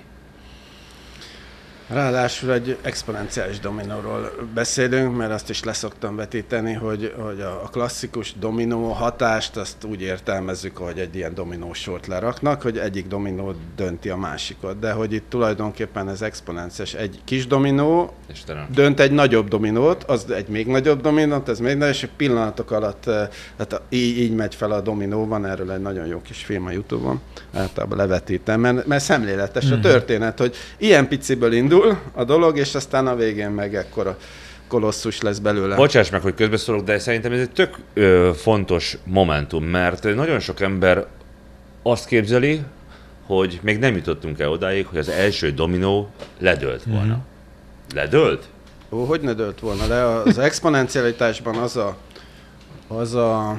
Ráadásul egy exponenciális dominóról beszélünk, mert azt is leszoktam vetíteni, hogy a klasszikus dominó hatást azt úgy értelmezzük, hogy egy ilyen dominósort leraknak, hogy egyik dominó dönti a másikat. De hogy itt tulajdonképpen ez exponenciális. Egy kis dominó dönt egy nagyobb dominót, az egy még nagyobb dominót, ez még nagyobb, és pillanatok alatt hát így megy fel a dominó. Van erről egy nagyon jó kis film a YouTube-on, általában levetítem, mert szemléletes a történet, hogy ilyen piciből indul a dolog, és aztán a végén meg ekkora kolosszus lesz belőle. Bocsáss meg, hogy közbeszólok, de szerintem ez egy tök fontos momentum, mert nagyon sok ember azt képzeli, hogy még nem jutottunk el odáig, hogy az első dominó ledőlt volna. Ledőlt? Ó, hogy ne dőlt volna le? Az exponencialitásban az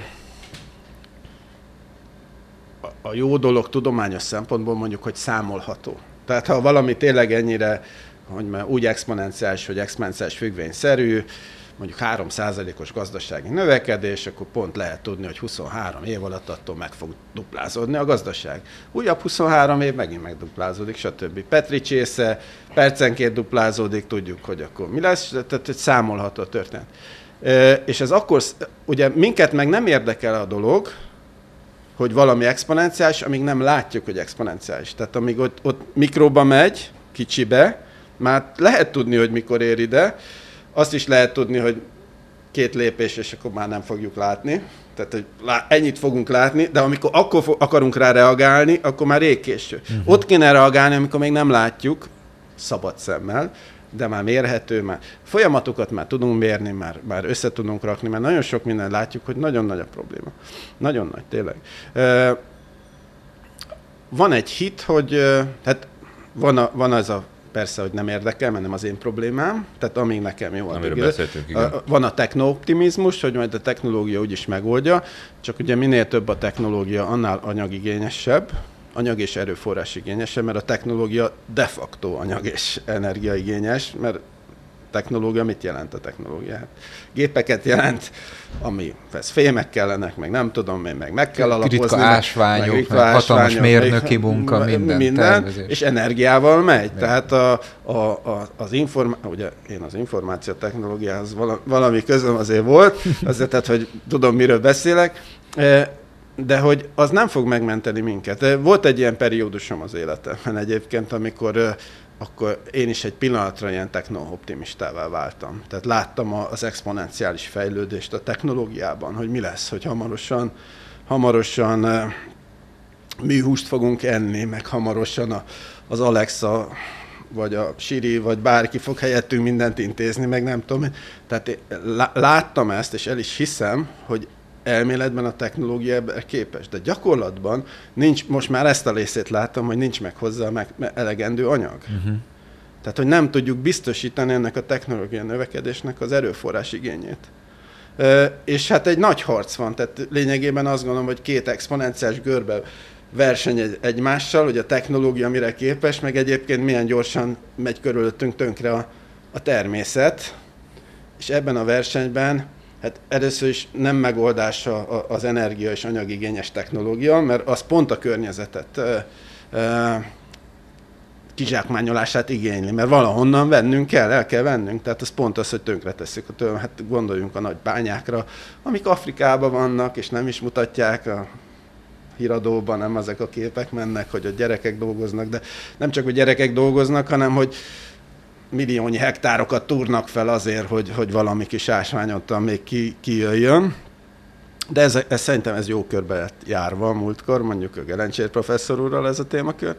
a jó dolog tudományos szempontból mondjuk, hogy számolható. Tehát ha valami tényleg ennyire, hogy már úgy exponenciális, vagy exponenciális függvényszerű, mondjuk 3%-os gazdasági növekedés, akkor pont lehet tudni, hogy 23 év alatt attól meg fog duplázódni a gazdaság. Újabb 23 év megint megduplázódik, stb. Petri csésze, percenként duplázódik, tudjuk, hogy akkor mi lesz, tehát egy számolható történet. És ez akkor, ugye minket meg nem érdekel a dolog, hogy valami exponenciális, amíg nem látjuk, hogy exponenciális. Tehát amíg ott mikróba megy, kicsibe, már lehet tudni, hogy mikor ér ide, azt is lehet tudni, hogy 2 lépés, és akkor már nem fogjuk látni. Tehát, hogy ennyit fogunk látni, de amikor akkor akarunk rá reagálni, akkor már rég késő. Ott kéne reagálni, amikor még nem látjuk, szabad szemmel, de már mérhető, már folyamatokat már tudunk mérni, már össze tudunk rakni, mert nagyon sok mindent látjuk, hogy nagyon nagy a probléma. Nagyon nagy, tényleg. Van egy hit, hogy hát van ez a persze, hogy nem érdekel, mert nem az én problémám, tehát amíg nekem jó. Amiről beszéltünk, igen. Van a techno-optimizmus, hogy majd a technológia úgyis megoldja, csak ugye minél több a technológia, annál anyagigényesebb, anyag és erőforrás igényesebb, mert a technológia de facto anyag és energiaigényes, mert technológia, mit jelent a technológia? Gépeket jelent, ami fémek kellenek, meg nem tudom én, meg kell alapozni. Ritka ásványok, meg hatalmas mérnöki munka, minden és energiával megy. Igen. Tehát ugye én az információ technológiához valami közöm azért volt, azért, tehát, hogy tudom, miről beszélek, de hogy az nem fog megmenteni minket. Volt egy ilyen periódusom az életemben egyébként, amikor akkor én is egy pillanatra ilyen techno-optimistává váltam. Tehát láttam az exponenciális fejlődést a technológiában, hogy mi lesz, hogy hamarosan műhúst fogunk enni, meg hamarosan az Alexa, vagy a Siri, vagy bárki fog helyettünk mindent intézni, meg nem tudom. Tehát láttam ezt, és el is hiszem, hogy elméletben a technológia ebben képes, de gyakorlatban nincs, most már ezt a részét láttam, hogy nincs meg hozzá elegendő anyag. Tehát, hogy nem tudjuk biztosítani ennek a technológia növekedésnek az erőforrás igényét. És hát egy nagy harc van, tehát lényegében azt gondolom, hogy 2 exponenciális görbe verseny egymással, hogy a technológia mire képes, meg egyébként milyen gyorsan megy körülöttünk tönkre a természet, és ebben a versenyben hát először is nem megoldása az energia és anyagigényes technológia, mert az pont a környezetet kizsákmányolását igényli, mert valahonnan vennünk kell, el kell vennünk, tehát az pont az, hogy tönkretesszük. Hát gondoljunk a nagy bányákra, amik Afrikában vannak, és nem is mutatják a híradóban, nem ezek a képek mennek, hogy a gyerekek dolgoznak, de nem csak a gyerekek dolgoznak, hanem hogy milliónyi hektárokat túrnak fel azért, hogy valami kis ásványottan még kijöjjön. De ez szerintem ez jó körbe lett járva a múltkor, mondjuk a Gelencsér professzor úrral ez a témakör.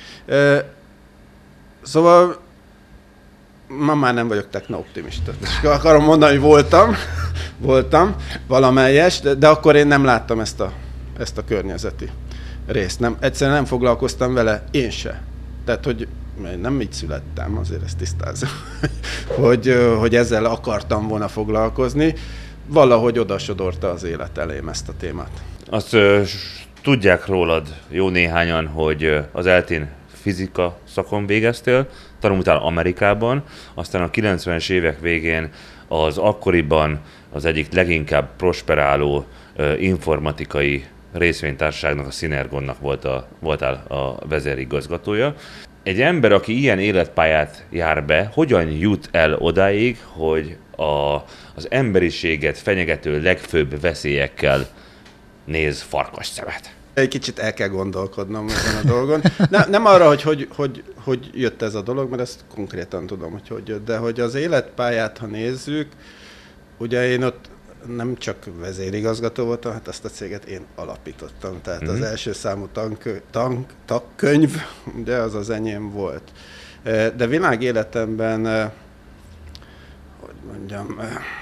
Szóval ma már nem vagyok techno-optimista. Akarom mondani, hogy voltam valamelyes, de akkor én nem láttam ezt a környezeti részt. Egyszerűen nem foglalkoztam vele, én se. Tehát, hogy nem így születtem, azért ezt tisztázom, hogy ezzel akartam volna foglalkozni. Valahogy odasodorta az élet elém ezt a témát. Azt tudják rólad jó néhányan, hogy az ELTE-n fizika szakon végeztél, tanultál Amerikában, aztán a 90-es évek végén az akkoriban az egyik leginkább prosperáló informatikai részvénytársaságnak, a Synergonnak voltál a vezérigazgatója. Egy ember, aki ilyen életpályát jár be, hogyan jut el odáig, hogy az emberiséget fenyegető legfőbb veszélyekkel néz farkas szemet? Egy kicsit el kell gondolkodnom ezen a dolgon. Nem arra, hogy jött ez a dolog, mert ezt konkrétan tudom, hogy jött, de hogy az életpályát, ha nézzük, ugye én ott nem csak vezérigazgató voltam, hát azt a céget én alapítottam. Tehát az első számú tagkönyv, ugye az az enyém volt. De világéletemben, hogy mondjam,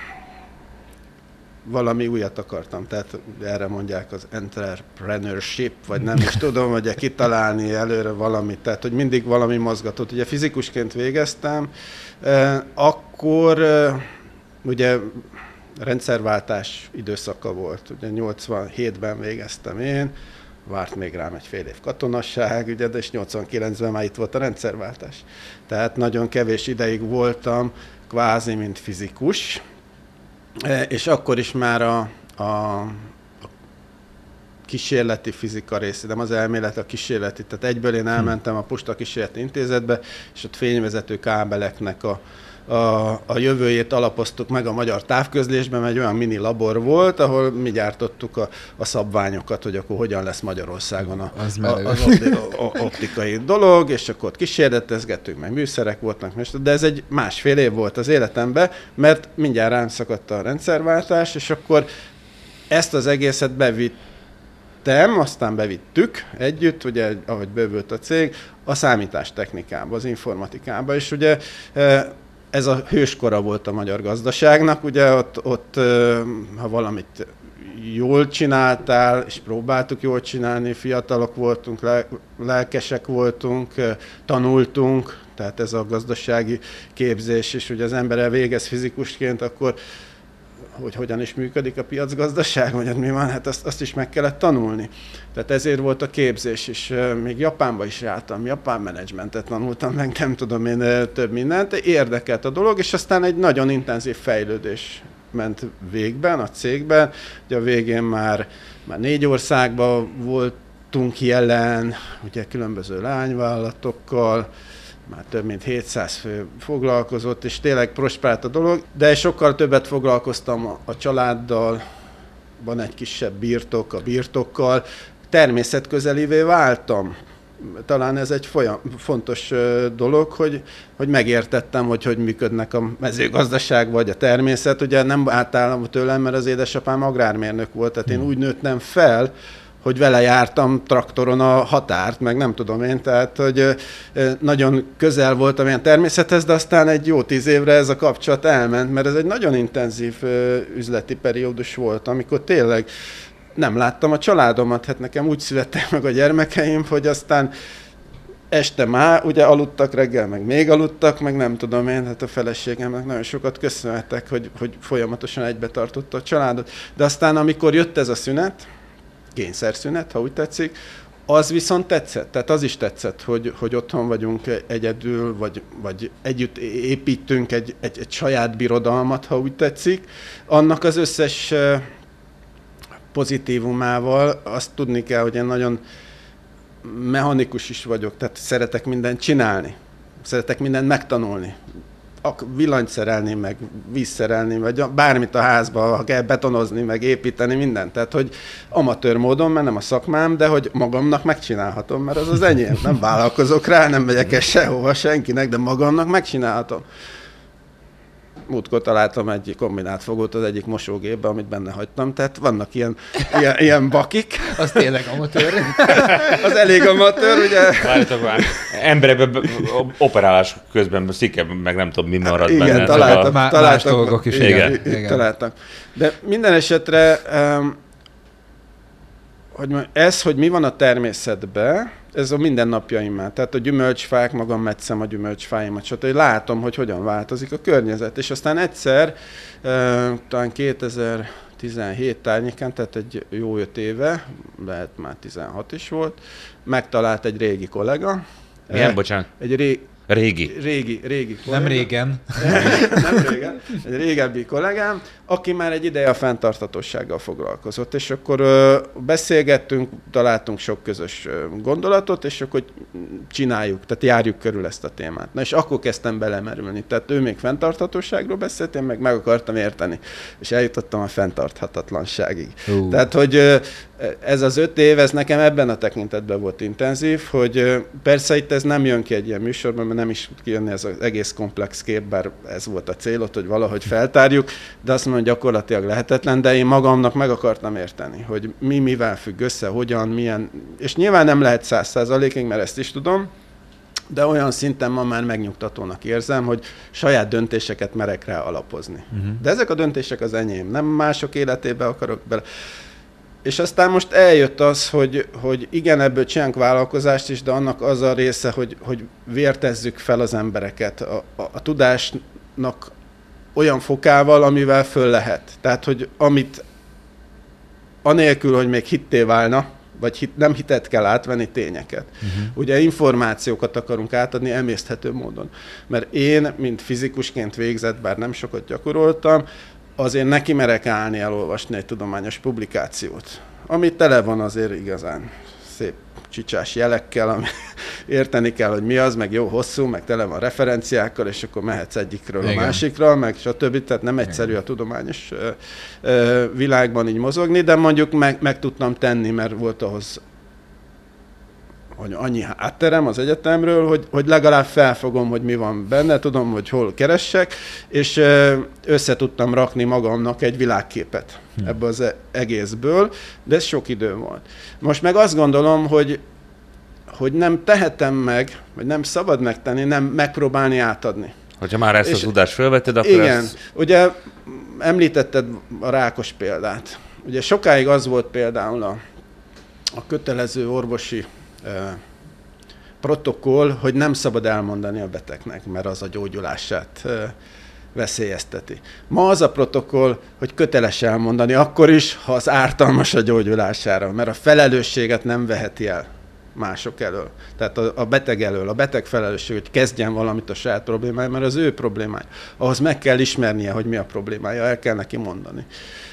valami újat akartam. Tehát erre mondják az entrepreneurship, vagy nem is tudom, hogy kitalálni előre valamit. Tehát, hogy mindig valami mozgatott. Ugye fizikusként végeztem, akkor ugye rendszerváltás időszaka volt. Ugye 87-ben végeztem én, várt még rám egy fél év katonasság, ugye, de és 89-ben már itt volt a rendszerváltás. Tehát nagyon kevés ideig voltam kvázi, mint fizikus, és akkor is már a kísérleti fizika része, nem az elmélet, a kísérleti. Tehát egyből én elmentem a Posta Kísérleti Intézetbe, és ott fényvezető kábeleknek a jövőjét alapoztuk meg a magyar távközlésben, egy olyan mini labor volt, ahol mi gyártottuk a szabványokat, hogy akkor hogyan lesz Magyarországon az optikai dolog, és akkor ott kísérletezgettünk, meg műszerek voltak, de ez egy másfél év volt az életemben, mert mindjárt rám szakadt a rendszerváltás, és akkor ezt az egészet aztán bevittük együtt, ugye, ahogy bővült a cég, a számítástechnikába, az informatikába, és ugye ez a hőskora volt a magyar gazdaságnak, ugye ott ha valamit jól csináltál, és próbáltuk jól csinálni, fiatalok voltunk, lelkesek voltunk, tanultunk, tehát ez a gazdasági képzés, és ugye az ember elvégez fizikusként, akkor hogy hogyan is működik a piacgazdaság, vagy mi van, hát azt is meg kellett tanulni. Tehát ezért volt a képzés, és még Japánba is jártam, japán menedzsmentet tanultam, meg nem tudom én több mindent, érdekelt a dolog, és aztán egy nagyon intenzív fejlődés ment végben a cégben. Ugye a végén már 4 országban voltunk jelen, ugye különböző leányvállalatokkal, már több mint 700 fő foglalkozott, és tényleg prosperált a dolog, de sokkal többet foglalkoztam a családdal, van egy kisebb birtok, a birtokkal, természetközelévé váltam. Talán ez egy fontos dolog, hogy megértettem, hogy működnek a mezőgazdaság vagy a természet. Ugye nem átállom tőlem, mert az édesapám agrármérnök volt, tehát én úgy nőttem fel, hogy vele jártam traktoron a határt, meg nem tudom én, tehát hogy nagyon közel voltam ilyen természethez, de aztán egy jó 10 évre ez a kapcsolat elment, mert ez egy nagyon intenzív üzleti periódus volt, amikor tényleg nem láttam a családomat, hát nekem úgy születtek meg a gyermekeim, hogy aztán este már ugye aludtak, reggel meg még aludtak, meg nem tudom én, hát a feleségemnek nagyon sokat köszönhetek, hogy folyamatosan egybe tartotta a családot. De aztán amikor jött ez a szünet, kényszerszünet, ha úgy tetszik, Az viszont tetszett, tehát az is tetszett, hogy otthon vagyunk egyedül, vagy együtt építünk egy saját birodalmat, ha úgy tetszik. Annak az összes pozitívumával azt tudni kell, hogy én nagyon mechanikus is vagyok, tehát szeretek mindent csinálni, szeretek mindent megtanulni. Villanyt szerelni, meg vízszerelni, vagy bármit a házba, ha kell betonozni, meg építeni, mindent. Tehát, hogy amatőr módon, mert nem a szakmám, de hogy magamnak megcsinálhatom, mert az enyém. Nem vállalkozok rá, nem megyek el sehova senkinek, de magamnak megcsinálhatom. Múltkor találtam egy kombinált fogót az egyik mosógépbe, amit benne hagytam, tehát vannak ilyen bakik. Az tényleg amatőr. Az elég amatőr, ugye? Várjátok már, emberekben operálás közben szikebb, meg nem tudom, mi marad igen, benne. találtak más dolgok is. Igen. Találtak. De minden esetre, hogy mi van a természetben, ez a mindennapjaimmal. Tehát a gyümölcsfák, magam metszem a gyümölcsfáimat, stb. Látom, hogy hogyan változik a környezet. És aztán egyszer, talán 2017 tárnyékán, tehát egy jó 5 éve, lehet már 16 is volt, megtalált egy régi kollega. Milyen, bocsánat? Egy Régi kollega. Nem régen. Nem régen. Egy régebbi kollégám, aki már egy ideje a fenntarthatósággal foglalkozott, és akkor beszélgettünk, találtunk sok közös gondolatot, és akkor csináljuk, tehát járjuk körül ezt a témát. Na és akkor kezdtem belemerülni, tehát ő még fenntarthatóságról beszélt, én meg akartam érteni, és eljutottam a fenntarthatatlanságig. Tehát, hogy ez az 5 év, ez nekem ebben a tekintetben volt intenzív, hogy persze itt ez nem jön ki egy ilyen műsorban, mert nem is tud kijönni ez az egész komplex kép, bár ez volt a célod, hogy valahogy feltárjuk, de azt mondom, hogy gyakorlatilag lehetetlen, de én magamnak meg akartam érteni, hogy mivel függ össze, hogyan, milyen, és nyilván nem lehet 100%-ig, mert ezt is tudom, de olyan szinten ma már megnyugtatónak érzem, hogy saját döntéseket merek rá alapozni. De ezek a döntések az enyém, nem mások életébe akarok bele. És aztán most eljött az, hogy igen, ebből csinálunk vállalkozást is, de annak az a része, hogy vértezzük fel az embereket a tudásnak olyan fokával, amivel föl lehet. Tehát, hogy amit anélkül, hogy még hitté válna, vagy nem hitet kell átvenni, tényeket. Ugye információkat akarunk átadni emészthető módon. Mert én, mint fizikusként végzett, bár nem sokat gyakoroltam, azért neki merek állni elolvasni egy tudományos publikációt, ami tele van azért igazán szép csicsás jelekkel, ami érteni kell, hogy mi az, meg jó hosszú, meg tele van referenciákkal, és akkor mehetsz egyikről a másikra, meg stb. Tehát nem egyszerű a tudományos világban így mozogni, de mondjuk meg tudtam tenni, mert volt ahhoz hogy annyi hátterem az egyetemről, hogy legalább felfogom, hogy mi van benne, tudom, hogy hol keressek, és össze tudtam rakni magamnak egy világképet ebből az egészből, de ez sok idő volt. Most meg azt gondolom, hogy nem tehetem meg, vagy nem szabad megtenni, nem megpróbálni átadni. Hogyha már ezt a tudást felvetted, akkor igen, ugye említetted a rákos példát. Ugye sokáig az volt például a kötelező orvosi protokoll, hogy nem szabad elmondani a betegnek, mert az a gyógyulását veszélyezteti. Ma az a protokoll, hogy köteles elmondani akkor is, ha az ártalmas a gyógyulására, mert a felelősséget nem veheti el mások elől. Tehát a beteg elől, a beteg felelősség, hogy kezdjen valamit a saját problémája, mert az ő problémája. Ahhoz meg kell ismernie, hogy mi a problémája, el kell neki mondani.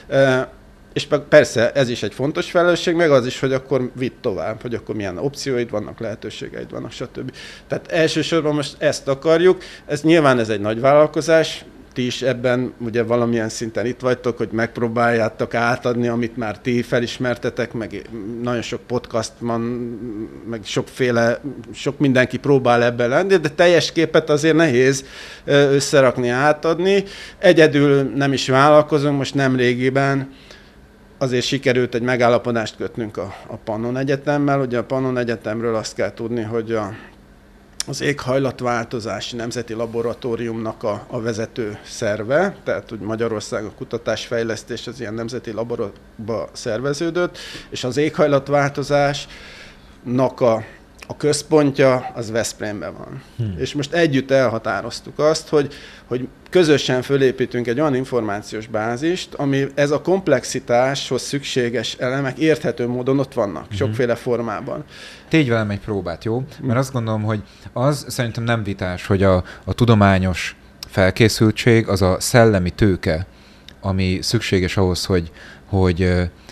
És persze ez is egy fontos felelősség, meg az is, hogy akkor vidd tovább, hogy akkor milyen opcióid vannak, lehetőségeid vannak, stb. Tehát elsősorban most ezt akarjuk, nyilván ez egy nagy vállalkozás, ti is ebben ugye valamilyen szinten itt vagytok, hogy megpróbáljátok átadni, amit már ti felismertetek, meg nagyon sok podcast van, meg sok mindenki próbál ebben lenni, de teljes képet azért nehéz összerakni, átadni. Egyedül nem is vállalkozunk, most nem régiben azért sikerült egy megállapodást kötnünk a Pannon Egyetemmel. Ugye a Pannon Egyetemről azt kell tudni, hogy az éghajlatváltozási nemzeti laboratóriumnak a vezető szerve, tehát úgy Magyarország a kutatásfejlesztés az ilyen nemzeti laborba szerveződött, és az éghajlatváltozásnak a központja az Veszprémben van. És most együtt elhatároztuk azt, hogy közösen fölépítünk egy olyan információs bázist, ami ez a komplexitáshoz szükséges elemek érthető módon ott vannak, sokféle formában. Tégy velem egy próbát, jó? Mert azt gondolom, hogy az szerintem nem vitás, hogy a tudományos felkészültség, az a szellemi tőke, ami szükséges ahhoz, hogy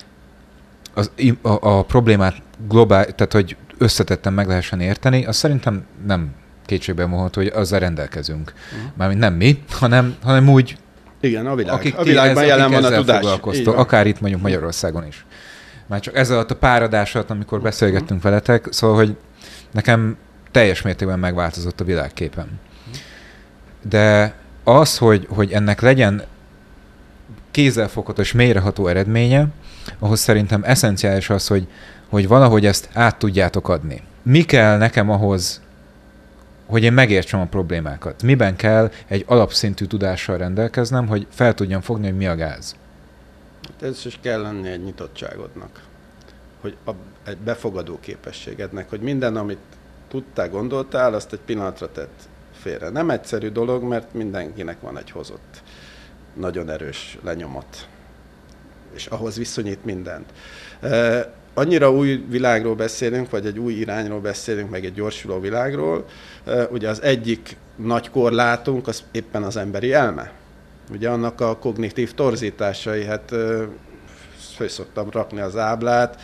a problémát tehát hogy összetetten meg lehessen érteni, az szerintem nem kétségbe vonható, hogy azzal rendelkezünk. Mármint nem mi, hanem úgy, igen, a világban akik jelen van a tudás. Akár itt mondjuk Magyarországon is. Már csak ez alatt a pár adás alatt, amikor beszélgettünk veletek, szóval, hogy nekem teljes mértékben megváltozott a világképem. De az, hogy ennek legyen kézzelfogható és mélyreható eredménye, ahhoz szerintem eszenciális az, hogy valahogy ezt át tudjátok adni. Mi kell nekem ahhoz, hogy én megértsem a problémákat? Miben kell egy alapszintű tudással rendelkeznem, hogy fel tudjam fogni, hogy mi a gáz? Ez is kell lenni egy nyitottságodnak, hogy egy befogadó képességednek, hogy minden, amit tudtál, gondoltál, azt egy pillanatra tett félre. Nem egyszerű dolog, mert mindenkinek van egy hozott, nagyon erős lenyomat, és ahhoz viszonyít mindent. Annyira új világról beszélünk, vagy egy új irányról beszélünk, meg egy gyorsuló világról. Ugye az egyik nagy korlátunk az éppen az emberi elme. Ugye annak a kognitív torzításai, hát föl szoktam rakni az áblát,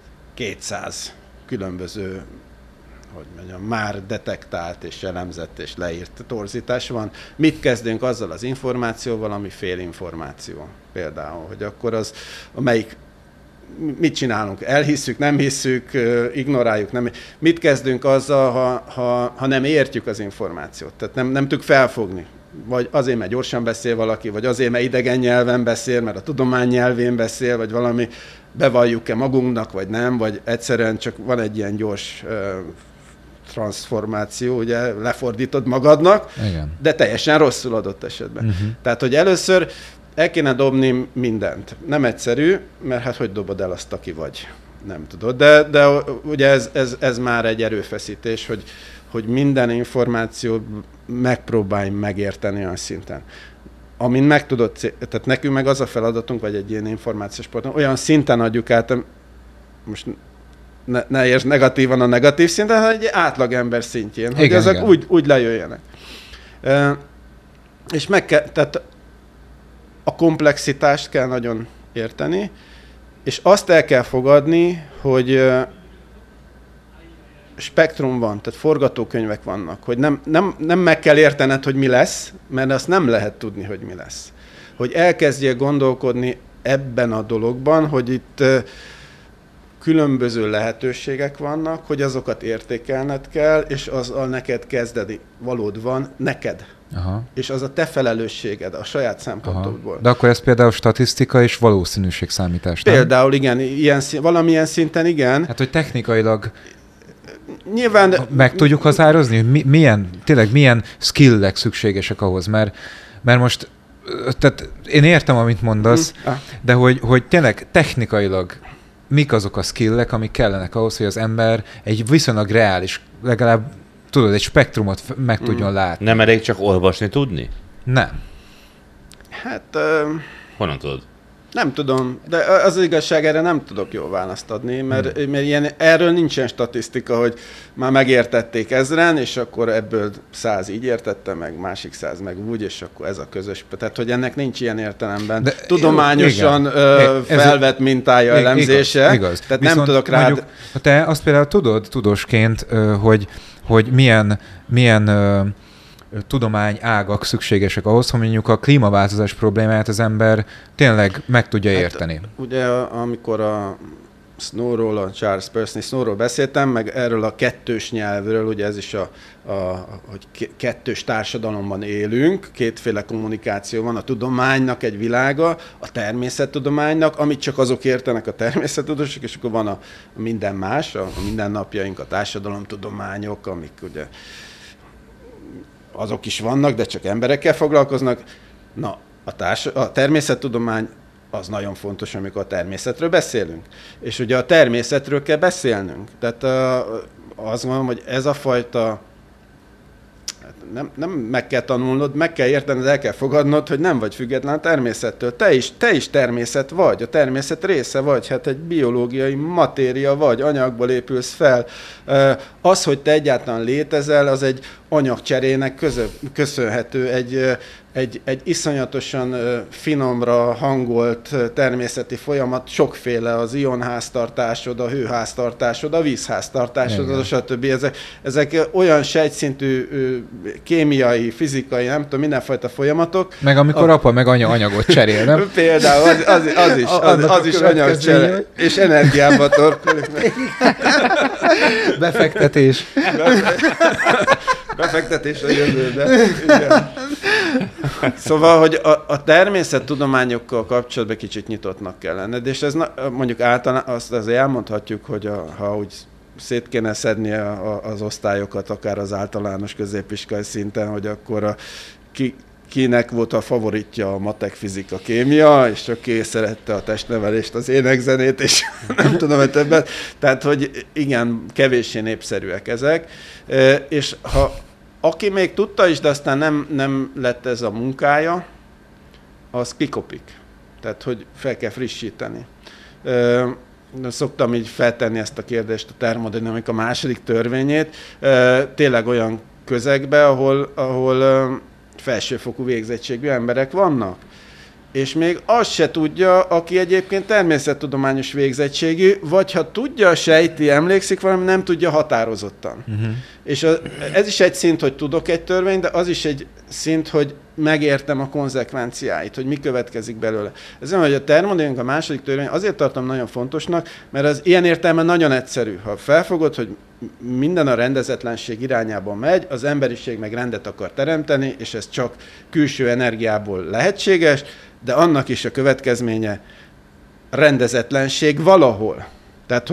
200 különböző, hogy mondjam, már detektált és elemzett és leírt torzítás van. Mit kezdünk azzal az információval, ami félinformáció például, hogy akkor az, mit csinálunk? Elhisszük, nem hisszük, ignoráljuk, nem. Mit kezdünk azzal, ha nem értjük az információt? Tehát nem tudjuk felfogni. Vagy azért, mert gyorsan beszél valaki, vagy azért, mert idegen nyelven beszél, mert a tudomány nyelvén beszél, vagy valami, bevalljuk-e magunknak, vagy nem, vagy egyszerűen csak van egy ilyen gyors transformáció, ugye lefordítod magadnak, igen, de teljesen rosszul adott esetben. Tehát, hogy először el kéne dobni mindent. Nem egyszerű, mert hát hogy dobod el azt, aki vagy? Nem tudod. De ugye ez már egy erőfeszítés, hogy minden információt megpróbálj megérteni olyan szinten. Amin meg tudod, tehát nekünk meg az a feladatunk, vagy egy ilyen információs program, olyan szinten adjuk át, most ne értsd negatívan a negatív szinten, hanem egy átlagember szintjén, hogy ezek úgy lejöjjenek. És tehát a komplexitást kell nagyon érteni, és azt el kell fogadni, hogy spektrum van, tehát forgatókönyvek vannak, hogy nem meg kell értened, hogy mi lesz, mert azt nem lehet tudni, hogy mi lesz. Hogy elkezdjél gondolkodni ebben a dologban, hogy itt különböző lehetőségek vannak, hogy azokat értékelned kell, és azzal neked kezdeni valód van, neked. Aha. És az a te felelősséged a saját szempontodból. De akkor ez például statisztika és valószínűségszámítás, nem? Például igen, valamilyen szinten igen. Hát, hogy technikailag nyilván meg tudjuk határozni, hogy milyen skillek szükségesek ahhoz, mert most tehát én értem, amit mondasz, de hogy tényleg technikailag mik azok a skillek, amik kellenek ahhoz, hogy az ember egy viszonylag reális, legalább tudod, egy spektrumot meg tudjon látni. Nem elég csak olvasni tudni? Nem. Hát... honnan tudod? Nem tudom, de az igazság, erre nem tudok jól választ adni, mert erről nincsen statisztika, hogy már megértették 1000-en, és akkor ebből 100 így értette meg, másik 100 meg úgy, és akkor ez a közös. Tehát, hogy ennek nincs ilyen értelemben de tudományosan felvett mintája elemzése. Igaz. Tehát viszont nem tudok rád... Mondjuk, te azt például tudod tudósként, hogy milyen tudományágak szükségesek ahhoz, hogy mondjuk a klímaváltozás problémáját az ember tényleg meg tudja érteni. Hát, ugye amikor a Charles Percy Snowról beszéltem, meg erről a kettős nyelvről, ugye ez is hogy kettős társadalomban élünk, kétféle kommunikáció van, a tudománynak egy világa, a természettudománynak, amit csak azok értenek a természettudósok, és akkor van a minden más, a mindennapjaink, a társadalomtudományok, amik ugye azok is vannak, de csak emberekkel foglalkoznak. Na, a természettudomány az nagyon fontos, amikor a természetről beszélünk. És ugye a természetről kell beszélnünk. Tehát azt gondolom, hogy ez a fajta, nem meg kell tanulnod, meg kell értened, el kell fogadnod, hogy nem vagy független a természettől. Te is természet vagy, a természet része vagy, hát egy biológiai matéria vagy, anyagból épülsz fel. Az, hogy te egyáltalán létezel, az egy anyagcserének köszönhető, egy iszonyatosan finomra hangolt természeti folyamat, sokféle az ionháztartásod, a hőháztartásod, a vízháztartásod, stb. Ezek olyan sejtszintű kémiai, fizikai, nem tudom, mindenfajta folyamatok. Meg amikor apa meg anya anyagot cserél, nem? Például az is anyagcsere, és energiába torkolik meg. Befektetés. Befektetés a jövőbe. Igen. Szóval, hogy a természettudományokkal kapcsolatban kicsit nyitottnak kell lenned, és ez mondjuk általán azt azért elmondhatjuk, hogy ha úgy szét kéne szedni az osztályokat, akár az általános középiskolai szinten, hogy akkor kinek volt a favoritja a matek, fizika, kémia, és aki szerette a testnevelést, az énekzenét, és nem tudom, hogy többet. Tehát, hogy igen, kevéssé népszerűek ezek. És ha aki még tudta is, de aztán nem lett ez a munkája, az kikopik. Tehát, hogy fel kell frissíteni. Szoktam így feltenni ezt a kérdést, a termodinamika második törvényét, tényleg olyan közegbe, ahol felsőfokú végzettségű emberek vannak. És még azt se tudja, aki egyébként természettudományos végzettségű, vagy ha tudja, sejti, emlékszik valami, nem tudja határozottan. És ez is egy szint, hogy tudok egy törvényt, de az is egy szint, hogy megértem a konzekvenciáit, hogy mi következik belőle. Ez olyan, hogy a termodinamika a második törvény azért tartom nagyon fontosnak, mert az ilyen értelemben nagyon egyszerű. Ha felfogod, hogy minden a rendezetlenség irányába megy, az emberiség meg rendet akar teremteni, és ez csak külső energiából lehetséges, de annak is a következménye rendezetlenség valahol. Tehát,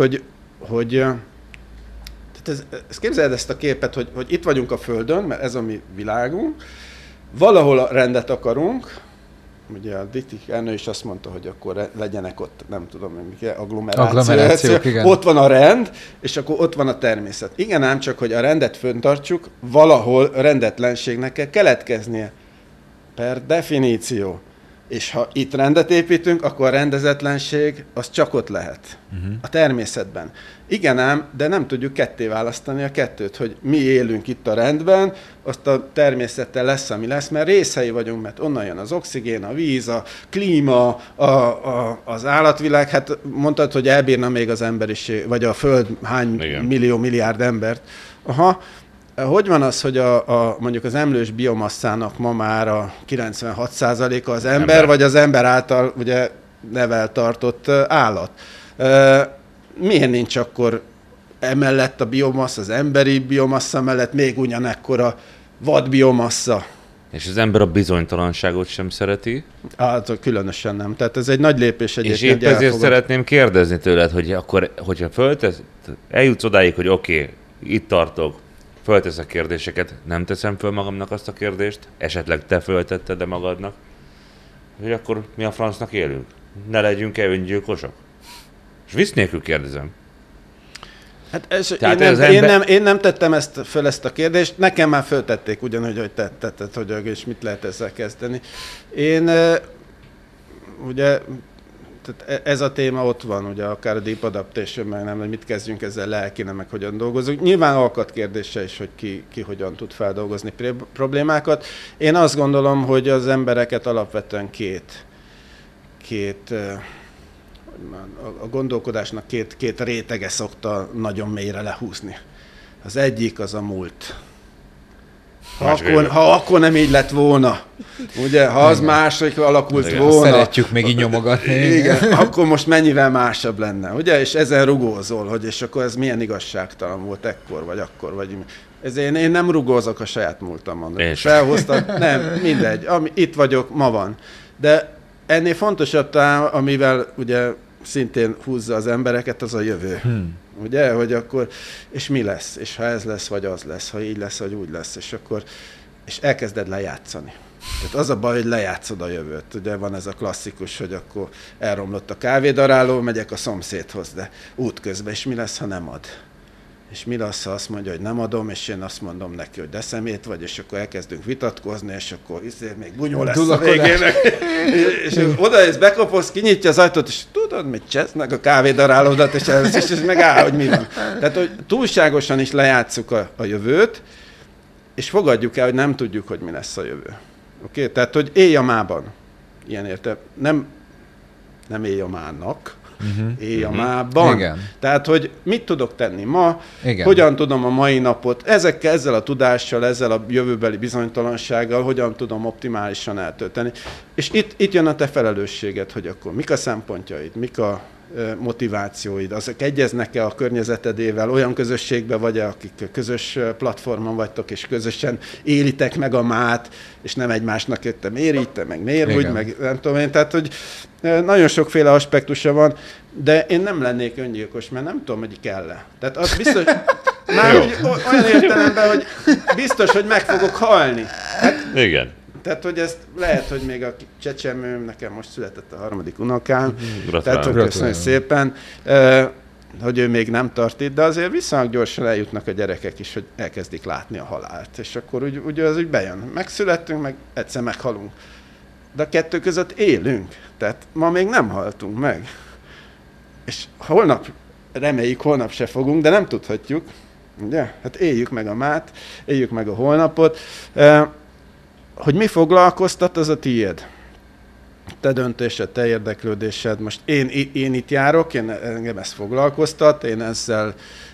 ezt képzeld ezt a képet, hogy itt vagyunk a Földön, mert ez a mi világunk, valahol a rendet akarunk, ugye a Dittrich Ernő is azt mondta, hogy akkor legyenek ott, nem tudom, agglomerációk, ott van a rend, és akkor ott van a természet. Igen, ám csak, hogy a rendet föntartsuk, valahol rendetlenségnek kell keletkeznie. Per definíció. És ha itt rendet építünk, akkor a rendezetlenség az csak ott lehet. A természetben. Igen ám, de nem tudjuk ketté választani a kettőt, hogy mi élünk itt a rendben, azt a természettel lesz, ami lesz, mert részei vagyunk, mert onnan jön az oxigén, a víz, a klíma, az állatvilág, hát mondtad, hogy elbírna még az emberiség, vagy a Föld hány milliárd embert. Aha. Hogy van az, hogy mondjuk az emlős biomasszának ma már a 96%-a az ember, vagy az ember által ugye nevel tartott állat? Miért nincs akkor emellett a biomassza, az emberi biomassa mellett még ugyanekkora vadbiomassa? És az ember a bizonytalanságot sem szereti? Hát különösen nem. Tehát ez egy nagy lépés egyébként. És épp ezért szeretném kérdezni tőled, hogy akkor, hogyha eljutsz odáig, hogy oké, itt tartok, fölteszek kérdéseket, nem teszem föl magamnak azt a kérdést, esetleg te föltetted-e magadnak, hogy akkor mi a francnak élünk? Ne legyünk-e öngyilkosok? És vicc nélkül kérdezem. Hát én nem tettem ezt a kérdést, nekem már föltették ugyanúgy, hogy te tetted, hogy és mit lehet ezzel kezdeni. Én ugye ez a téma ott van, ugye akár a Deep Adaptation, meg nem, hogy mit kezdjünk ezzel lelkine, meg hogyan dolgozunk. Nyilván alkat kérdése is, hogy ki hogyan tud feldolgozni problémákat. Én azt gondolom, hogy az embereket alapvetően a gondolkodásnak két rétege szokta nagyon mélyre lehúzni. Az egyik az a múlt. Ha akkor nem így lett volna, ugye, ha az másik alakult volna. Szeretjük még így nyomogatni. Igen, akkor most mennyivel másabb lenne, ugye, és ezen rugózol, hogy és akkor ez milyen igazságtalan volt ekkor, vagy akkor, vagy... Én nem rugózok a saját múltamon. Felhoztam, nem, mindegy, itt vagyok, ma van. De ennél fontosabb talán, amivel ugye szintén húzza az embereket, az a jövő. Ugye, hogy akkor, és mi lesz, és ha ez lesz, vagy az lesz, ha így lesz, vagy úgy lesz, és elkezded lejátszani. Tehát az a baj, hogy lejátszod a jövőt. Ugye van ez a klasszikus, hogy akkor elromlott a kávédaráló, megyek a szomszédhoz, de útközben, és mi lesz, ha nem ad? és mi lesz, ha azt mondja, hogy nem adom, és én azt mondom neki, hogy de szemét vagy, és akkor elkezdünk vitatkozni, és akkor még bunyó lesz a végén. És odaérsz, bekopogsz, kinyitja az ajtót, és tudod, mit csinálsz, meg a kávédarálódat, és megáll, hogy mi van. Tehát, hogy túlságosan is lejátsszuk a jövőt, és fogadjuk el, hogy nem tudjuk, hogy mi lesz a jövő. Oké? Tehát, hogy élj a mában. Ilyen érte. Nem élj a mának, élj a mában. Igen. Tehát, hogy mit tudok tenni ma, Igen. hogyan tudom a mai napot ezzel a tudással, ezzel a jövőbeli bizonytalansággal, hogyan tudom optimálisan eltölteni. És itt jön a te felelősséged, hogy akkor mik a szempontjaid, mik a motivációid, azok egyeznek-e a környezetedével, olyan közösségbe vagy-e, akik közös platformon vagytok, és közösen élitek meg a mát, és nem egymásnak jöttem, miért te, meg miért úgy, meg nem tudom én. Tehát, hogy nagyon sokféle aspektusa van, de én nem lennék öngyilkos, mert nem tudom, hogy kell-e. Tehát az biztos, már olyan értelemben, hogy biztos, hogy meg fogok halni. Hát, igen. Tehát, hogy ezt lehet, hogy még a csecsemőm, nekem most született a 3. unokám, tehát hogy köszönjük szépen, hogy ő még nem tart itt, de azért viszonylag gyorsan eljutnak a gyerekek is, hogy elkezdik látni a halált, és akkor úgy az úgy bejön. Megszülettünk, meg egyszer meghalunk. De a kettő között élünk, tehát ma még nem haltunk meg. És reméljük holnap se fogunk, de nem tudhatjuk. Ugye? Hát éljük meg a mát, éljük meg a holnapot. Hogy mi foglalkoztat, az a tiéd. Te döntésed, te érdeklődésed. Most én itt járok, engem ezt foglalkoztat, én ezzel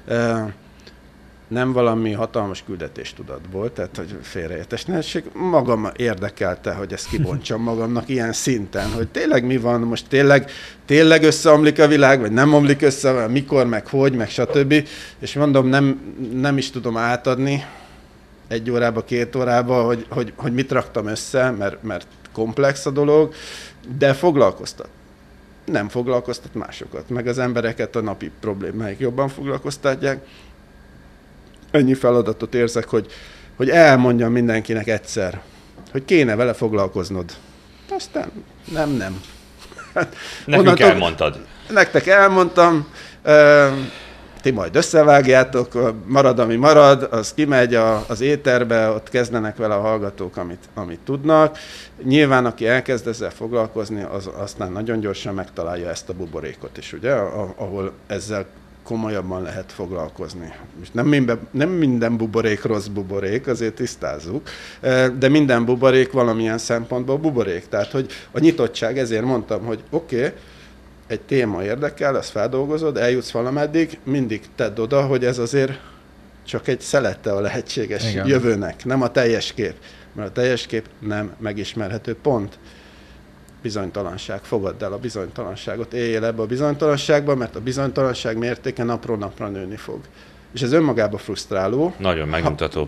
nem valami hatalmas küldetéstudatból, tehát hogy félreértesnesség, magam érdekelte, hogy ezt kibontsam magamnak ilyen szinten, hogy tényleg mi van, most tényleg összeomlik a világ, vagy nem omlik össze, mikor, meg hogy, meg stb. És mondom, nem is tudom átadni 1 órába, 2 órába, hogy mit raktam össze, mert komplex a dolog, de foglalkoztat. Nem foglalkoztat másokat, meg az embereket a napi problémáik jobban foglalkoztatják. Ennyi feladatot érzek, hogy elmondjam mindenkinek egyszer, hogy kéne vele foglalkoznod. Aztán nem. Nekünk elmondtad. Nektek elmondtam, ti majd összevágjátok, marad, ami marad, az kimegy az éterbe, ott kezdenek vele a hallgatók, amit tudnak. Nyilván, aki elkezd ezzel foglalkozni, az aztán nagyon gyorsan megtalálja ezt a buborékot is, ugye, ahol ezzel komolyabban lehet foglalkozni. Most nem minden buborék rossz buborék, azért tisztázzuk, de minden buborék valamilyen szempontból buborék. Tehát, hogy a nyitottság, ezért mondtam, hogy oké, egy téma érdekel, azt feldolgozod, eljutsz valameddig, mindig tedd oda, hogy ez azért csak egy szelette a lehetséges jövőnek, nem a teljes kép. Mert a teljes kép nem megismerhető, pont. Bizonytalanság. Fogadd el a bizonytalanságot, éljél ebbe a bizonytalanságba, mert a bizonytalanság mértéke napról napra nőni fog. És ez önmagában frusztráló. Nagyon megnyugtató.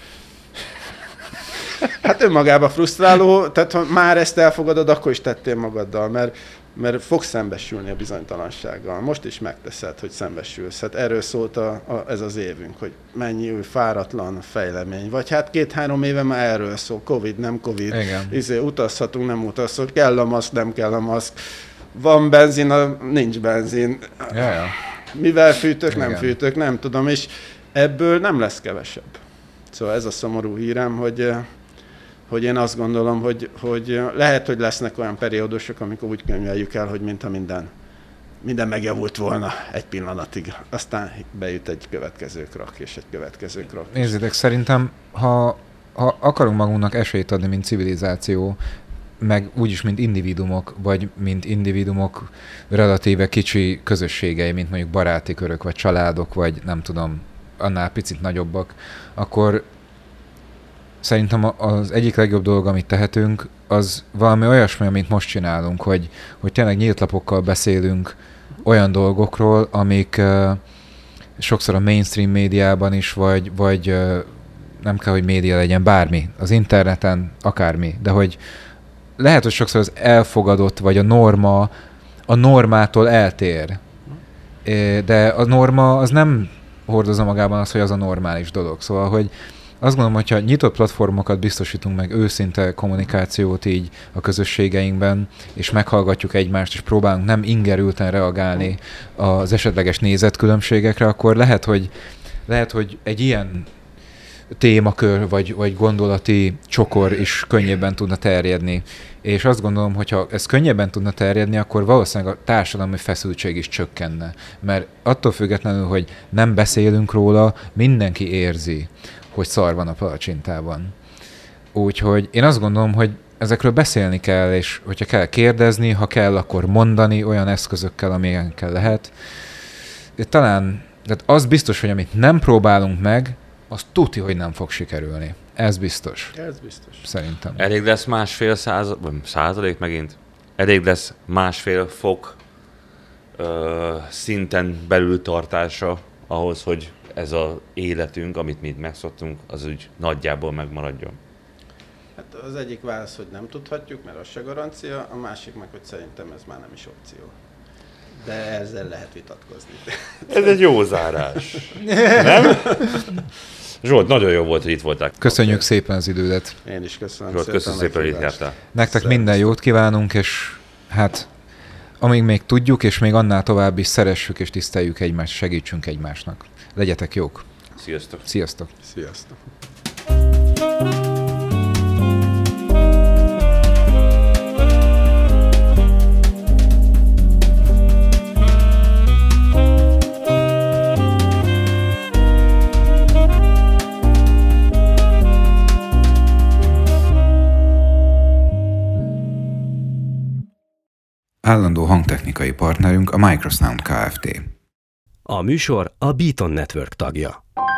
Hát önmagában frusztráló, tehát ha már ezt elfogadod, akkor is tettél magaddal, mert fogsz szembesülni a bizonytalansággal. Most is megteszed, hogy szembesülsz. Hát erről szólt ez az évünk, hogy mennyi fáratlan fejlemény. Vagy hát 2-3 éve már erről szól. Covid, nem Covid. Utazhatunk, nem utazhatunk. Kell a maszk, nem kell a maszk. Van benzin, nincs benzin. Ja. Mivel fűtök, nem fűtök, nem tudom. És ebből nem lesz kevesebb. Szóval ez a szomorú hírem, hogy én azt gondolom, hogy lehet, hogy lesznek olyan periódusok, amikor úgy könyveljük el, hogy mintha minden megjavult volna egy pillanatig. Aztán bejut egy következő krak, és egy következő krak. Nézzétek, szerintem, ha akarunk magunknak esélyt adni, mint civilizáció, meg úgyis, mint individumok, vagy mint individumok relatíve kicsi közösségei, mint mondjuk baráti körök, vagy családok, vagy nem tudom, annál picit nagyobbak, akkor szerintem az egyik legjobb dolog, amit tehetünk, az valami olyasmi, amit most csinálunk, hogy tényleg nyílt lapokkal beszélünk olyan dolgokról, amik sokszor a mainstream médiában is, vagy nem kell, hogy média legyen, bármi, az interneten, akármi, de hogy lehet, hogy sokszor az elfogadott, vagy a normától eltér. De a norma az nem hordozza magában azt, hogy az a normális dolog. Szóval, hogy azt gondolom, hogyha nyitott platformokat biztosítunk meg, őszinte kommunikációt így a közösségeinkben, és meghallgatjuk egymást, és próbálunk nem ingerülten reagálni az esetleges nézetkülönbségekre, akkor lehet, hogy lehet, hogy egy ilyen témakör vagy gondolati csokor is könnyebben tudna terjedni. És azt gondolom, hogyha ez könnyebben tudna terjedni, akkor valószínűleg a társadalmi feszültség is csökkenne. Mert attól függetlenül, hogy nem beszélünk róla, mindenki érzi, hogy szar van a palacsintában. Úgyhogy én azt gondolom, hogy ezekről beszélni kell, és hogyha kell kérdezni, ha kell, akkor mondani olyan eszközökkel, amilyenekkel lehet. Talán, tehát az biztos, hogy amit nem próbálunk meg, az tuti, hogy nem fog sikerülni. Ez biztos. Ez biztos. Szerintem. Elég lesz százalék megint? Elég lesz 1,5 fok szinten belül tartása ahhoz, hogy ez az életünk, amit mi itt megszoktunk, az úgy nagyjából megmaradjon. Hát az egyik válasz, hogy nem tudhatjuk, mert az se garancia, a másik meg, hogy szerintem ez már nem is opció. De ezzel lehet vitatkozni. Ez egy jó zárás. Nem? Zsolt, nagyon jó volt, hogy itt voltál. Köszönjük szépen az idődet. Én is köszönöm. Zsolt, köszönöm szépen, hogy itt jártál. Nektek minden jót kívánunk, és hát amíg még tudjuk, és még annál tovább is szeressük és tiszteljük egymást, segítsünk egymásnak. Legyetek jók. Sziasztok. Sziasztok. Sziasztok. Állandó hangtechnikai partnerünk a Microsound Kft. A műsor a Beaton Network tagja.